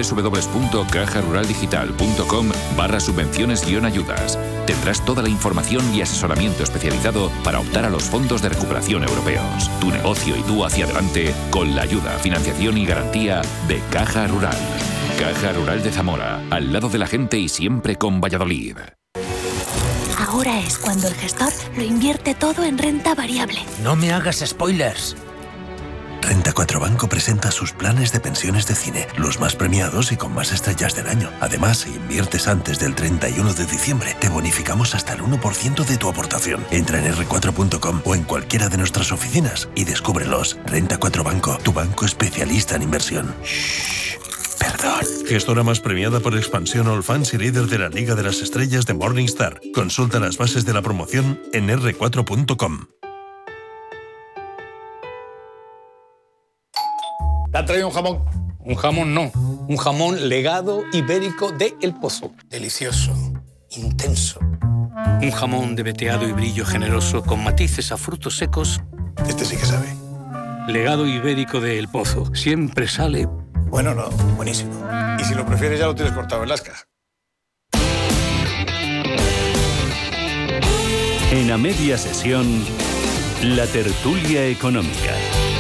www.cajaruraldigital.com/subvenciones-ayudas. Tendrás toda la información y asesoramiento especializado para optar a los fondos de recuperación europeos. Tu negocio y tú hacia adelante con la ayuda, financiación y garantía de Caja Rural. Caja Rural de Zamora, al lado de la gente y siempre con Valladolid. Ahora es cuando el gestor lo invierte todo en renta variable. No me hagas spoilers. Renta 4 Banco presenta sus planes de pensiones de cine, los más premiados y con más estrellas del año. Además, si inviertes antes del 31 de diciembre, te bonificamos hasta el 1% de tu aportación. Entra en r4.com o en cualquiera de nuestras oficinas y descúbrelos. Renta 4 Banco, tu banco especialista en inversión. Perdón. Gestora más premiada por expansión All Fans y líder de la Liga de las Estrellas de Morningstar. Consulta las bases de la promoción en r4.com. ¿Te han traído un jamón? Un jamón no. Un jamón legado ibérico de El Pozo. Delicioso. Intenso. Un jamón de veteado y brillo generoso con matices a frutos secos. Este sí que sabe. Legado ibérico de El Pozo. Siempre sale... Bueno, no. Buenísimo. Y si lo prefieres ya lo tienes cortado en lasca. En A Media Sesión, la tertulia económica.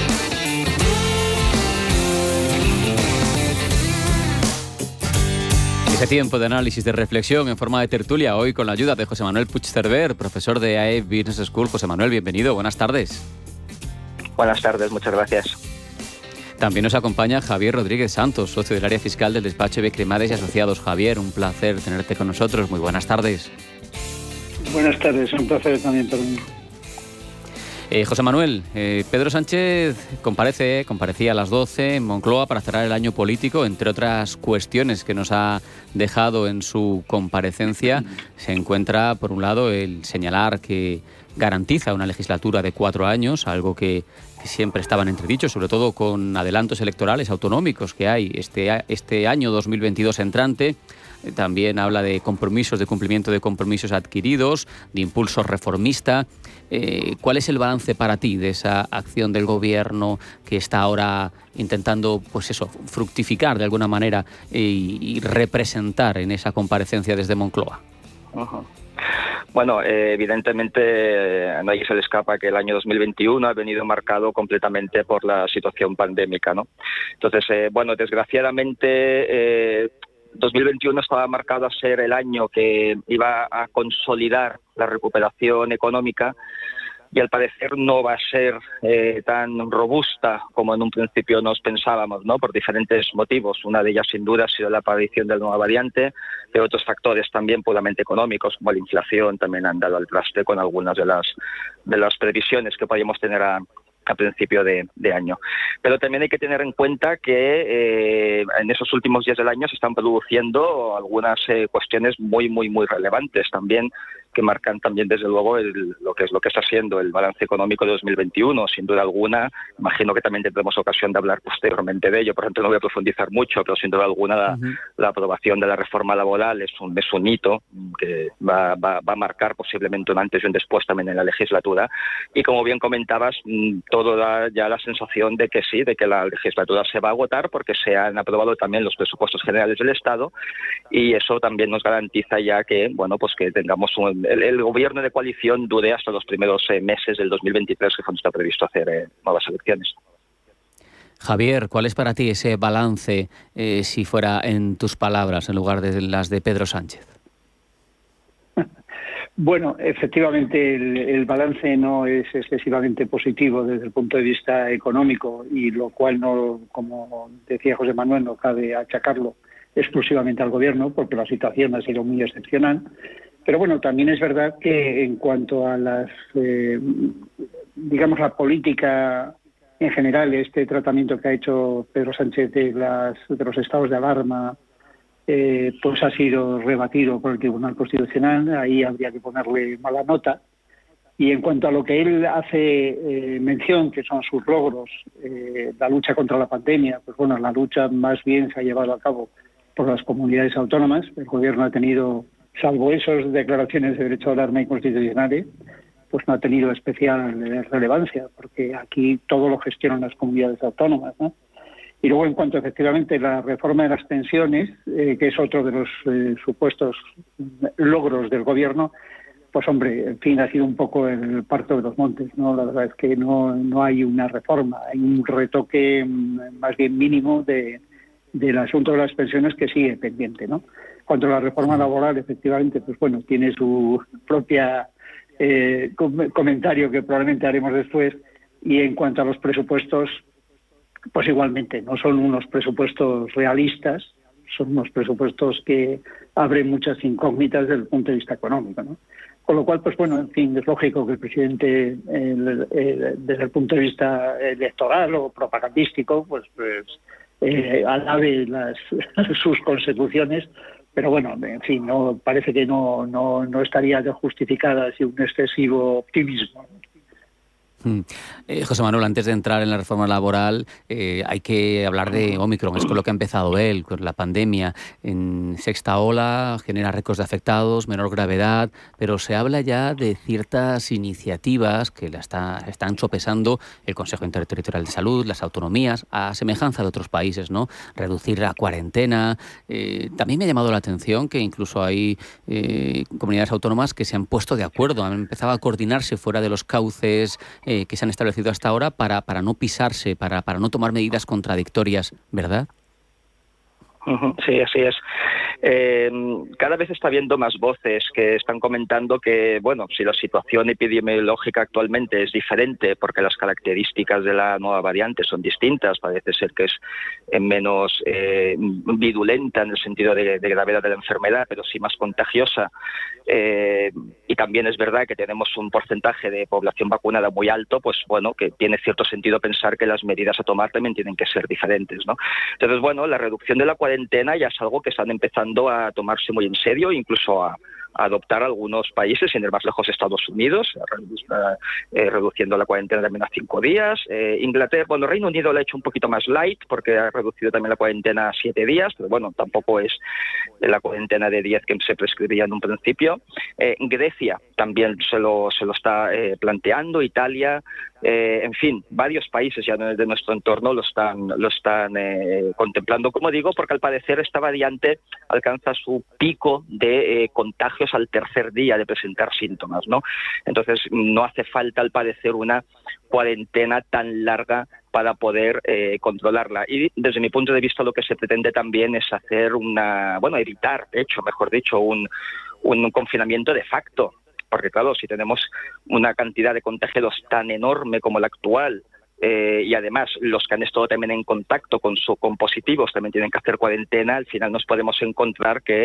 Ese tiempo de análisis, de reflexión en forma de tertulia, hoy con la ayuda de José Manuel Puigcerver, profesor de AE Business School. José Manuel, bienvenido, buenas tardes. Buenas tardes, muchas gracias. También nos acompaña Javier Rodríguez Santos, socio del área fiscal del despacho Becremades y Asociados. Javier, un placer tenerte con nosotros, muy buenas tardes. Buenas tardes, un placer también para mí. José Manuel, Pedro Sánchez comparecía a las 12 en Moncloa para cerrar el año político. Entre otras cuestiones que nos ha dejado en su comparecencia, se encuentra, por un lado, el señalar que garantiza una legislatura de 4 años, algo que siempre estaban entredichos, sobre todo con adelantos electorales autonómicos que hay este año 2022 entrante. También habla de compromisos, de cumplimiento de compromisos adquiridos, de impulso reformista. ¿Cuál es el balance para ti de esa acción del gobierno que está ahora intentando, pues eso, fructificar de alguna manera y representar en esa comparecencia desde Moncloa? Uh-huh. Bueno, evidentemente a nadie se le escapa que el año 2021 ha venido marcado completamente por la situación pandémica, ¿no? Entonces, desgraciadamente 2021 estaba marcado a ser el año que iba a consolidar la recuperación económica y al parecer no va a ser tan robusta como en un principio nos pensábamos, ¿no? Por diferentes motivos. Una de ellas, sin duda, ha sido la aparición de la nueva variante, pero otros factores también puramente económicos, como la inflación, también han dado al traste con algunas de las previsiones que podíamos tener a principio de año. Pero también hay que tener en cuenta que en esos últimos días del año se están produciendo algunas cuestiones muy, muy, muy relevantes. También que marcan también desde luego lo que está siendo el balance económico de 2021. Sin duda alguna, imagino que también tendremos ocasión de hablar posteriormente de ello, por ejemplo no voy a profundizar mucho, pero sin duda alguna la aprobación de la reforma laboral es un hito que va a marcar posiblemente un antes y un después también en la legislatura, y como bien comentabas, todo da ya la sensación de que sí, de que la legislatura se va a agotar porque se han aprobado también los presupuestos generales del Estado, y eso también nos garantiza ya que, bueno, pues que tengamos el gobierno de coalición dure hasta los primeros meses del 2023, que cuando está previsto hacer nuevas elecciones. Javier, ¿cuál es para ti ese balance, si fuera en tus palabras, en lugar de las de Pedro Sánchez? Bueno, efectivamente el balance no es excesivamente positivo desde el punto de vista económico, y lo cual no, como decía José Manuel, no cabe achacarlo exclusivamente al gobierno, porque la situación ha sido muy excepcional. Pero bueno, también es verdad que en cuanto a las, digamos, la política en general, este tratamiento que ha hecho Pedro Sánchez de los estados de alarma, pues ha sido rebatido por el Tribunal Constitucional. Ahí habría que ponerle mala nota. Y en cuanto a lo que él hace mención, que son sus logros, la lucha contra la pandemia, pues bueno, la lucha más bien se ha llevado a cabo por las comunidades autónomas. El gobierno ha tenido, salvo esas declaraciones de derecho de alarma inconstitucionales, pues no ha tenido especial relevancia, porque aquí todo lo gestionan las comunidades autónomas, ¿no? Y luego, en cuanto efectivamente la reforma de las pensiones, que es otro de los supuestos logros del gobierno, pues hombre, en fin, ha sido un poco el parto de los montes, ¿no? La verdad es que no hay una reforma, hay un retoque más bien mínimo del asunto de las pensiones que sigue pendiente, ¿no? Cuanto a la reforma laboral, efectivamente, pues bueno, tiene su propia comentario que probablemente haremos después. Y en cuanto a los presupuestos, pues igualmente, no son unos presupuestos realistas, son unos presupuestos que abren muchas incógnitas desde el punto de vista económico, ¿no? Con lo cual, pues bueno, en fin, es lógico que el presidente, desde el punto de vista electoral o propagandístico, pues alabe sus consecuciones, pero bueno, en fin, no parece que no estaría justificada así un excesivo optimismo. José Manuel, antes de entrar en la reforma laboral, hay que hablar de Omicron. Es con lo que ha empezado él, con la pandemia. En sexta ola genera récords de afectados, menor gravedad, pero se habla ya de ciertas iniciativas que están sopesando el Consejo Interterritorial de Salud, las autonomías, a semejanza de otros países, ¿no? Reducir la cuarentena. También me ha llamado la atención que incluso hay comunidades autónomas que se han puesto de acuerdo, han empezado a coordinarse fuera de los cauces que se han establecido hasta ahora para no pisarse, para no tomar medidas contradictorias, ¿verdad? Sí, así es. Cada vez está habiendo más voces que están comentando que, bueno, si la situación epidemiológica actualmente es diferente porque las características de la nueva variante son distintas, parece ser que es menos virulenta en el sentido de gravedad de la enfermedad, pero sí más contagiosa. Y también es verdad que tenemos un porcentaje de población vacunada muy alto, pues bueno, que tiene cierto sentido pensar que las medidas a tomar también tienen que ser diferentes, ¿no? Entonces, bueno, la reducción de la cuarentena ya es algo que están empezando a tomarse muy en serio, incluso a adoptar algunos países, sin ir más lejos Estados Unidos, reduciendo la cuarentena también a 5 días. Inglaterra, bueno, Reino Unido la ha hecho un poquito más light porque ha reducido también la cuarentena a 7 días, pero bueno, tampoco es la cuarentena de 10 que se prescribía en un principio. Grecia también se lo está planteando, Italia, en fin, varios países ya de nuestro entorno lo están contemplando, como digo, porque al parecer esta variante alcanza su pico de contagios al tercer día de presentar síntomas, ¿no? Entonces no hace falta, al parecer, una cuarentena tan larga para poder controlarla. Y desde mi punto de vista lo que se pretende también es hacer evitar, mejor dicho, un confinamiento de facto. Porque claro, si tenemos una cantidad de contagiados tan enorme como la actual, y además los que han estado también en contacto con positivos también tienen que hacer cuarentena, al final nos podemos encontrar que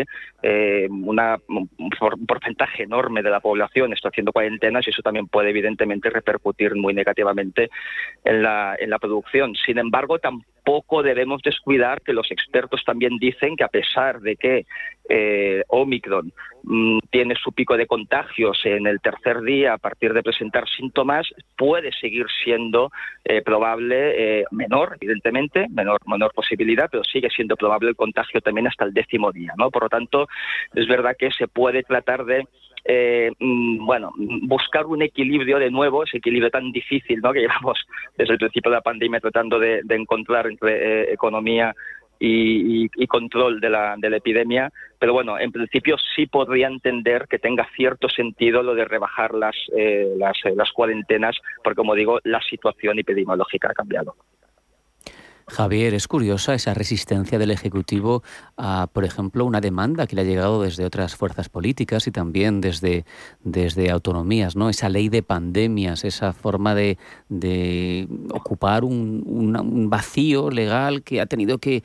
un porcentaje enorme de la población está haciendo cuarentenas, y eso también puede evidentemente repercutir muy negativamente en la producción. Sin embargo, tampoco debemos descuidar que los expertos también dicen que, a pesar de que Omicron tiene su pico de contagios en el tercer día a partir de presentar síntomas, puede seguir siendo probable, menor, evidentemente, menor posibilidad, pero sigue siendo probable el contagio también hasta el 10º día, ¿no? Por lo tanto, es verdad que se puede tratar de buscar un equilibrio de nuevo, ese equilibrio tan difícil, ¿no?, que llevamos desde el principio de la pandemia tratando de encontrar entre economía y control de la epidemia, pero bueno, en principio sí podría entender que tenga cierto sentido lo de rebajar las cuarentenas, porque como digo, la situación epidemiológica ha cambiado. Javier, es curiosa esa resistencia del Ejecutivo a, por ejemplo, una demanda que le ha llegado desde otras fuerzas políticas y también desde autonomías, ¿no? Esa ley de pandemias, esa forma de ocupar un vacío legal que ha tenido que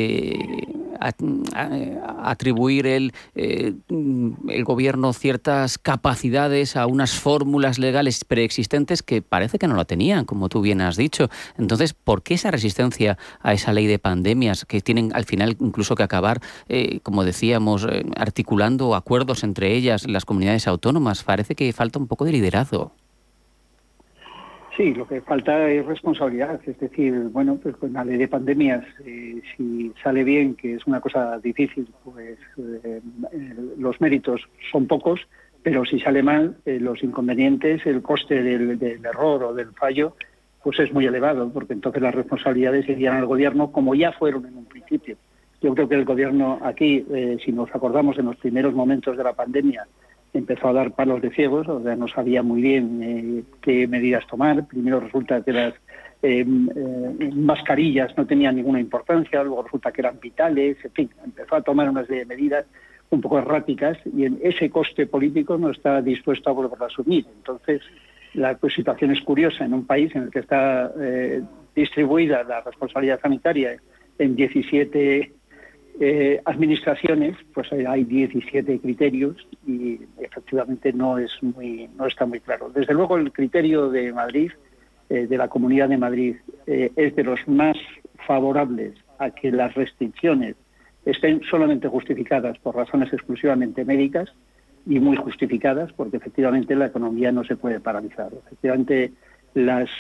atribuir el gobierno ciertas capacidades a unas fórmulas legales preexistentes que parece que no la tenían, como tú bien has dicho. Entonces, ¿por qué esa resistencia a esa ley de pandemias que tienen al final incluso que acabar, como decíamos, articulando acuerdos entre ellas, las comunidades autónomas? Parece que falta un poco de liderazgo. Sí, lo que falta es responsabilidad. Es decir, bueno, pues con la ley de pandemias, si sale bien, que es una cosa difícil, pues los méritos son pocos, pero si sale mal, los inconvenientes, el coste del error o del fallo, pues es muy elevado, porque entonces las responsabilidades irían al gobierno como ya fueron en un principio. Yo creo que el gobierno aquí, si nos acordamos en los primeros momentos de la pandemia, empezó a dar palos de ciegos, o sea, no sabía muy bien qué medidas tomar. Primero resulta que las mascarillas no tenían ninguna importancia, luego resulta que eran vitales, en fin, empezó a tomar unas medidas un poco erráticas y en ese coste político no está dispuesto a volver a asumir. Entonces, la situación es curiosa en un país en el que está distribuida la responsabilidad sanitaria en 17 administraciones, pues hay 17 criterios y efectivamente no está muy claro. Desde luego el criterio de Madrid, de la Comunidad de Madrid, es de los más favorables a que las restricciones estén solamente justificadas por razones exclusivamente médicas y muy justificadas, porque efectivamente la economía no se puede paralizar. Efectivamente los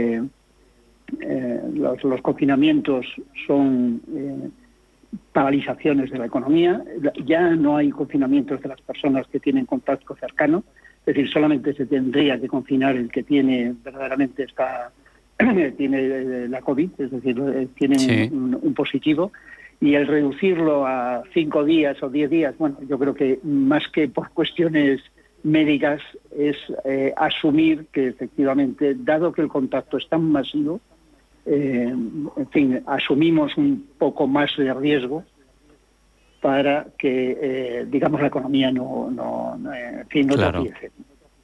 confinamientos son paralizaciones de la economía. Ya no hay confinamientos de las personas que tienen contacto cercano, es decir, solamente se tendría que confinar el que tiene verdaderamente tiene la COVID, es decir, tiene un positivo. Y el reducirlo a 5 días o 10 días, bueno, yo creo que más que por cuestiones médicas es asumir que efectivamente, dado que el contacto es tan masivo, en fin, asumimos un poco más de riesgo para que, digamos, la economía no tropiece.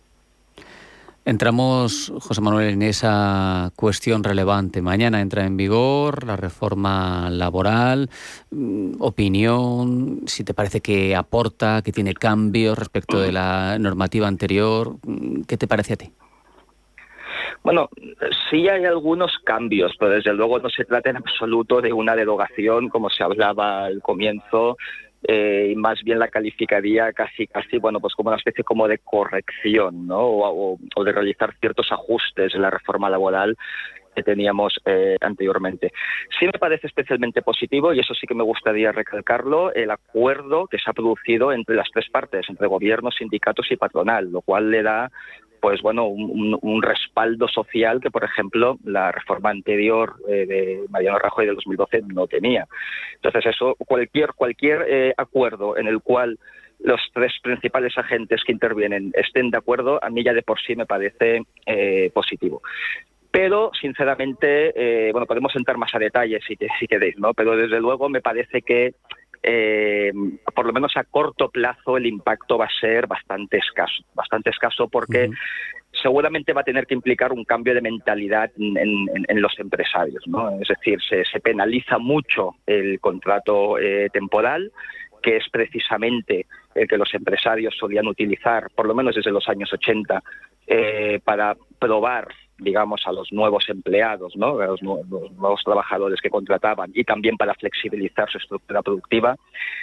Entramos, José Manuel, en esa cuestión relevante. Mañana entra en vigor la reforma laboral. Opinión, si te parece que aporta, que tiene cambios respecto de la normativa anterior, ¿qué te parece a ti? Bueno, sí hay algunos cambios, pero desde luego no se trata en absoluto de una derogación, como se hablaba al comienzo, y más bien la calificaría casi, bueno, pues como una especie como de corrección, ¿no? O de realizar ciertos ajustes en la reforma laboral que teníamos anteriormente. Sí me parece especialmente positivo, y eso sí que me gustaría recalcarlo, el acuerdo que se ha producido entre las tres partes, entre gobierno, sindicatos y patronal, lo cual le da pues bueno, un respaldo social que, por ejemplo, la reforma anterior de Mariano Rajoy del 2012 no tenía. Entonces, eso, cualquier acuerdo en el cual los tres principales agentes que intervienen estén de acuerdo, a mí ya de por sí me parece positivo. Pero, sinceramente, bueno, podemos entrar más a detalles si queréis, ¿no? Pero, desde luego, me parece que por lo menos a corto plazo el impacto va a ser bastante escaso porque seguramente va a tener que implicar un cambio de mentalidad en los empresarios, ¿no? Es decir, se penaliza mucho el contrato temporal, que es precisamente el que los empresarios solían utilizar, por lo menos desde los años 80, para probar, digamos, a los nuevos empleados, ¿no? A los nuevos trabajadores que contrataban, y también para flexibilizar su estructura productiva.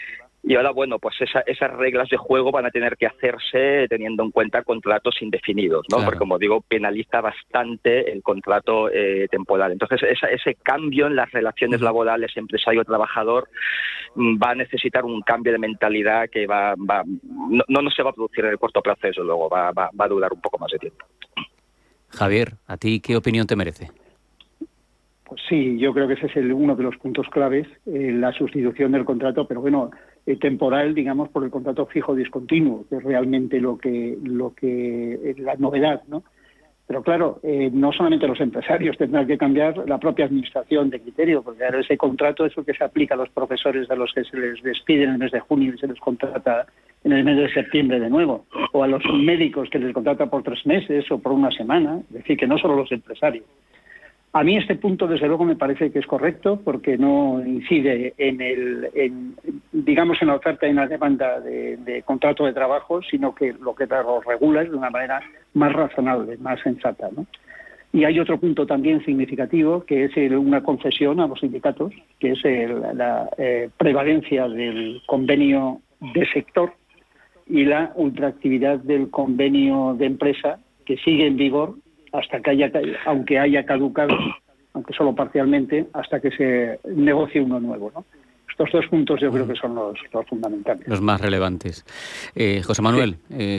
Y ahora, bueno, pues esas reglas de juego van a tener que hacerse teniendo en cuenta contratos indefinidos, ¿no? Claro. Porque, como digo, penaliza bastante el contrato temporal. Entonces, ese cambio en las relaciones laborales empresario-trabajador va a necesitar un cambio de mentalidad que no se va a producir en el corto plazo, desde luego, va a durar un poco más de tiempo. Javier, ¿a ti qué opinión te merece? Pues sí, yo creo que ese es uno de los puntos claves, la sustitución del contrato, pero bueno, temporal, digamos, por el contrato fijo discontinuo, que es realmente lo que la novedad, ¿no? Pero claro, no solamente los empresarios tendrán que cambiar, la propia administración de criterio, porque ahora ese contrato es el que se aplica a los profesores a los que se les despide en el mes de junio y se les contrata en el mes de septiembre de nuevo, o a los médicos que les contrata por 3 meses o por 1 semana, es decir, que no solo los empresarios. A mí este punto, desde luego, me parece que es correcto porque no incide en la oferta y en la demanda de contrato de trabajo, sino que lo que lo regula es de una manera más razonable, más sensata, ¿no? Y hay otro punto también significativo, que es una concesión a los sindicatos, que es la prevalencia del convenio de sector y la ultraactividad del convenio de empresa, que sigue en vigor hasta que aunque haya caducado, aunque solo parcialmente, hasta que se negocie uno nuevo, ¿no? Estos 2 puntos yo creo que son los fundamentales. Los más relevantes. José Manuel,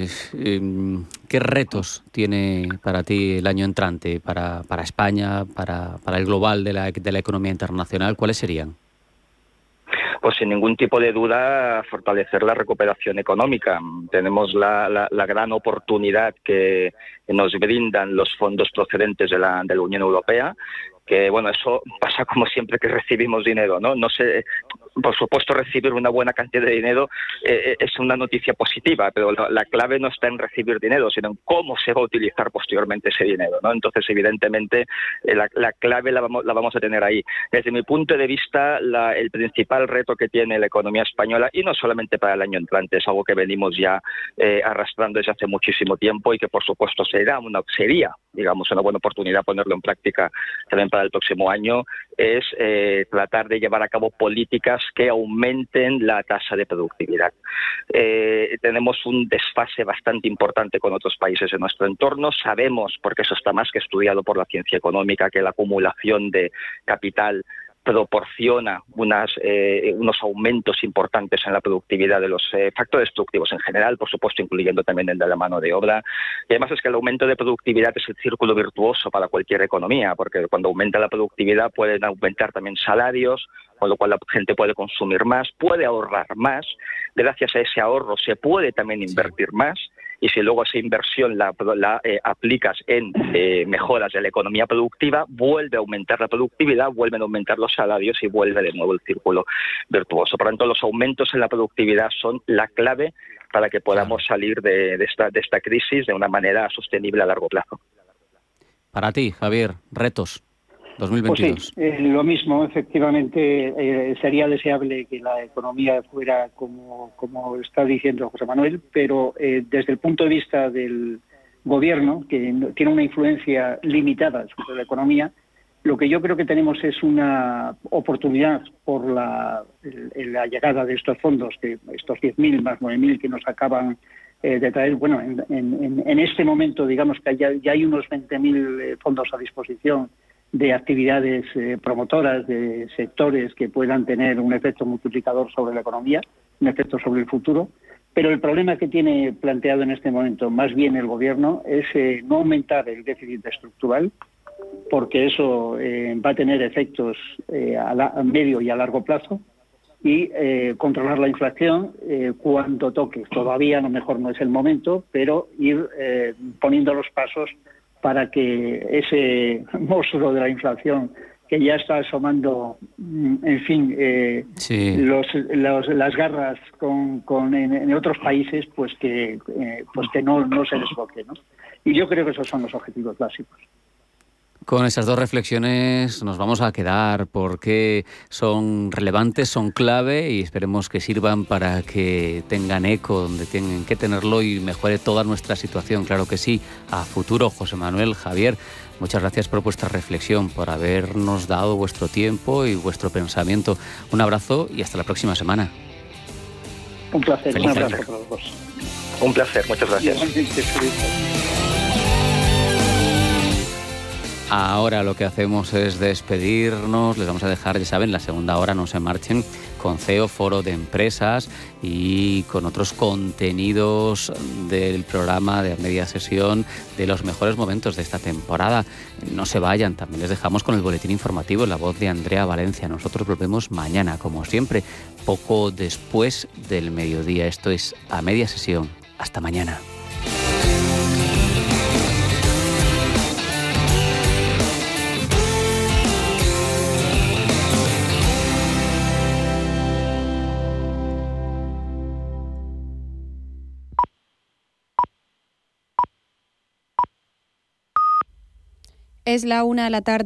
¿qué retos tiene para ti el año entrante, para España, para el global de la economía internacional? ¿Cuáles serían? Pues sin ningún tipo de duda fortalecer la recuperación económica. Tenemos la gran oportunidad que nos brindan los fondos procedentes de la Unión Europea, que bueno, eso pasa como siempre que recibimos dinero, ¿no? No sé, por supuesto recibir una buena cantidad de dinero es una noticia positiva, pero la clave no está en recibir dinero, sino en cómo se va a utilizar posteriormente ese dinero, ¿no? Entonces, evidentemente, la clave la vamos a tener ahí. Desde mi punto de vista, el principal reto que tiene la economía española, y no solamente para el año entrante, es algo que venimos ya arrastrando desde hace muchísimo tiempo y que, por supuesto, sería digamos, una buena oportunidad ponerlo en práctica también para el próximo año, es tratar de llevar a cabo políticas que aumenten la tasa de productividad. Tenemos un desfase bastante importante con otros países de nuestro entorno. Sabemos, porque eso está más que estudiado por la ciencia económica, que la acumulación de capital proporciona unos aumentos importantes en la productividad de los factores productivos en general, por supuesto, incluyendo también el de la mano de obra. Y además es que el aumento de productividad es el círculo virtuoso para cualquier economía, porque cuando aumenta la productividad pueden aumentar también salarios, con lo cual la gente puede consumir más, puede ahorrar más. Gracias a ese ahorro se puede también invertir más. Y si luego esa inversión la aplicas en mejoras de la economía productiva, vuelve a aumentar la productividad, vuelven a aumentar los salarios y vuelve de nuevo el círculo virtuoso. Por lo tanto, los aumentos en la productividad son la clave para que podamos salir de esta crisis de una manera sostenible a largo plazo. Para ti, Javier, retos 2022. Pues sí, lo mismo, efectivamente, sería deseable que la economía fuera como está diciendo José Manuel, pero desde el punto de vista del gobierno, que tiene una influencia limitada sobre la economía, lo que yo creo que tenemos es una oportunidad por la llegada de estos fondos, estos 10.000 más 9.000 que nos acaban de traer. Bueno, en este momento, digamos que ya hay unos 20.000 fondos a disposición de actividades promotoras, de sectores que puedan tener un efecto multiplicador sobre la economía, un efecto sobre el futuro. Pero el problema que tiene planteado en este momento más bien el Gobierno es no aumentar el déficit estructural, porque eso va a tener efectos a medio y a largo plazo, y controlar la inflación cuando toque. Todavía a lo mejor no es el momento, pero ir poniendo los pasos para que ese monstruo de la inflación que ya está asomando, en fin, las garras en otros países, pues que no se desboque, ¿no? Y yo creo que esos son los objetivos básicos. Con esas 2 reflexiones nos vamos a quedar porque son relevantes, son clave y esperemos que sirvan para que tengan eco donde tienen que tenerlo y mejore toda nuestra situación. Claro que sí, a futuro. José Manuel, Javier, muchas gracias por vuestra reflexión, por habernos dado vuestro tiempo y vuestro pensamiento. Un abrazo y hasta la próxima semana. Un placer. Feliz Un año. abrazo para los dos. Un placer, muchas gracias. Igualmente, feliz año. Ahora lo que hacemos es despedirnos, les vamos a dejar, ya saben, la segunda hora, no se marchen, con CEO, foro de empresas y con otros contenidos del programa de media sesión de los mejores momentos de esta temporada. No se vayan, también les dejamos con el boletín informativo en la voz de Andrea Valencia. Nosotros volvemos mañana, como siempre, poco después del mediodía. Esto es A Media Sesión. Hasta mañana. Es la 1 de la tarde.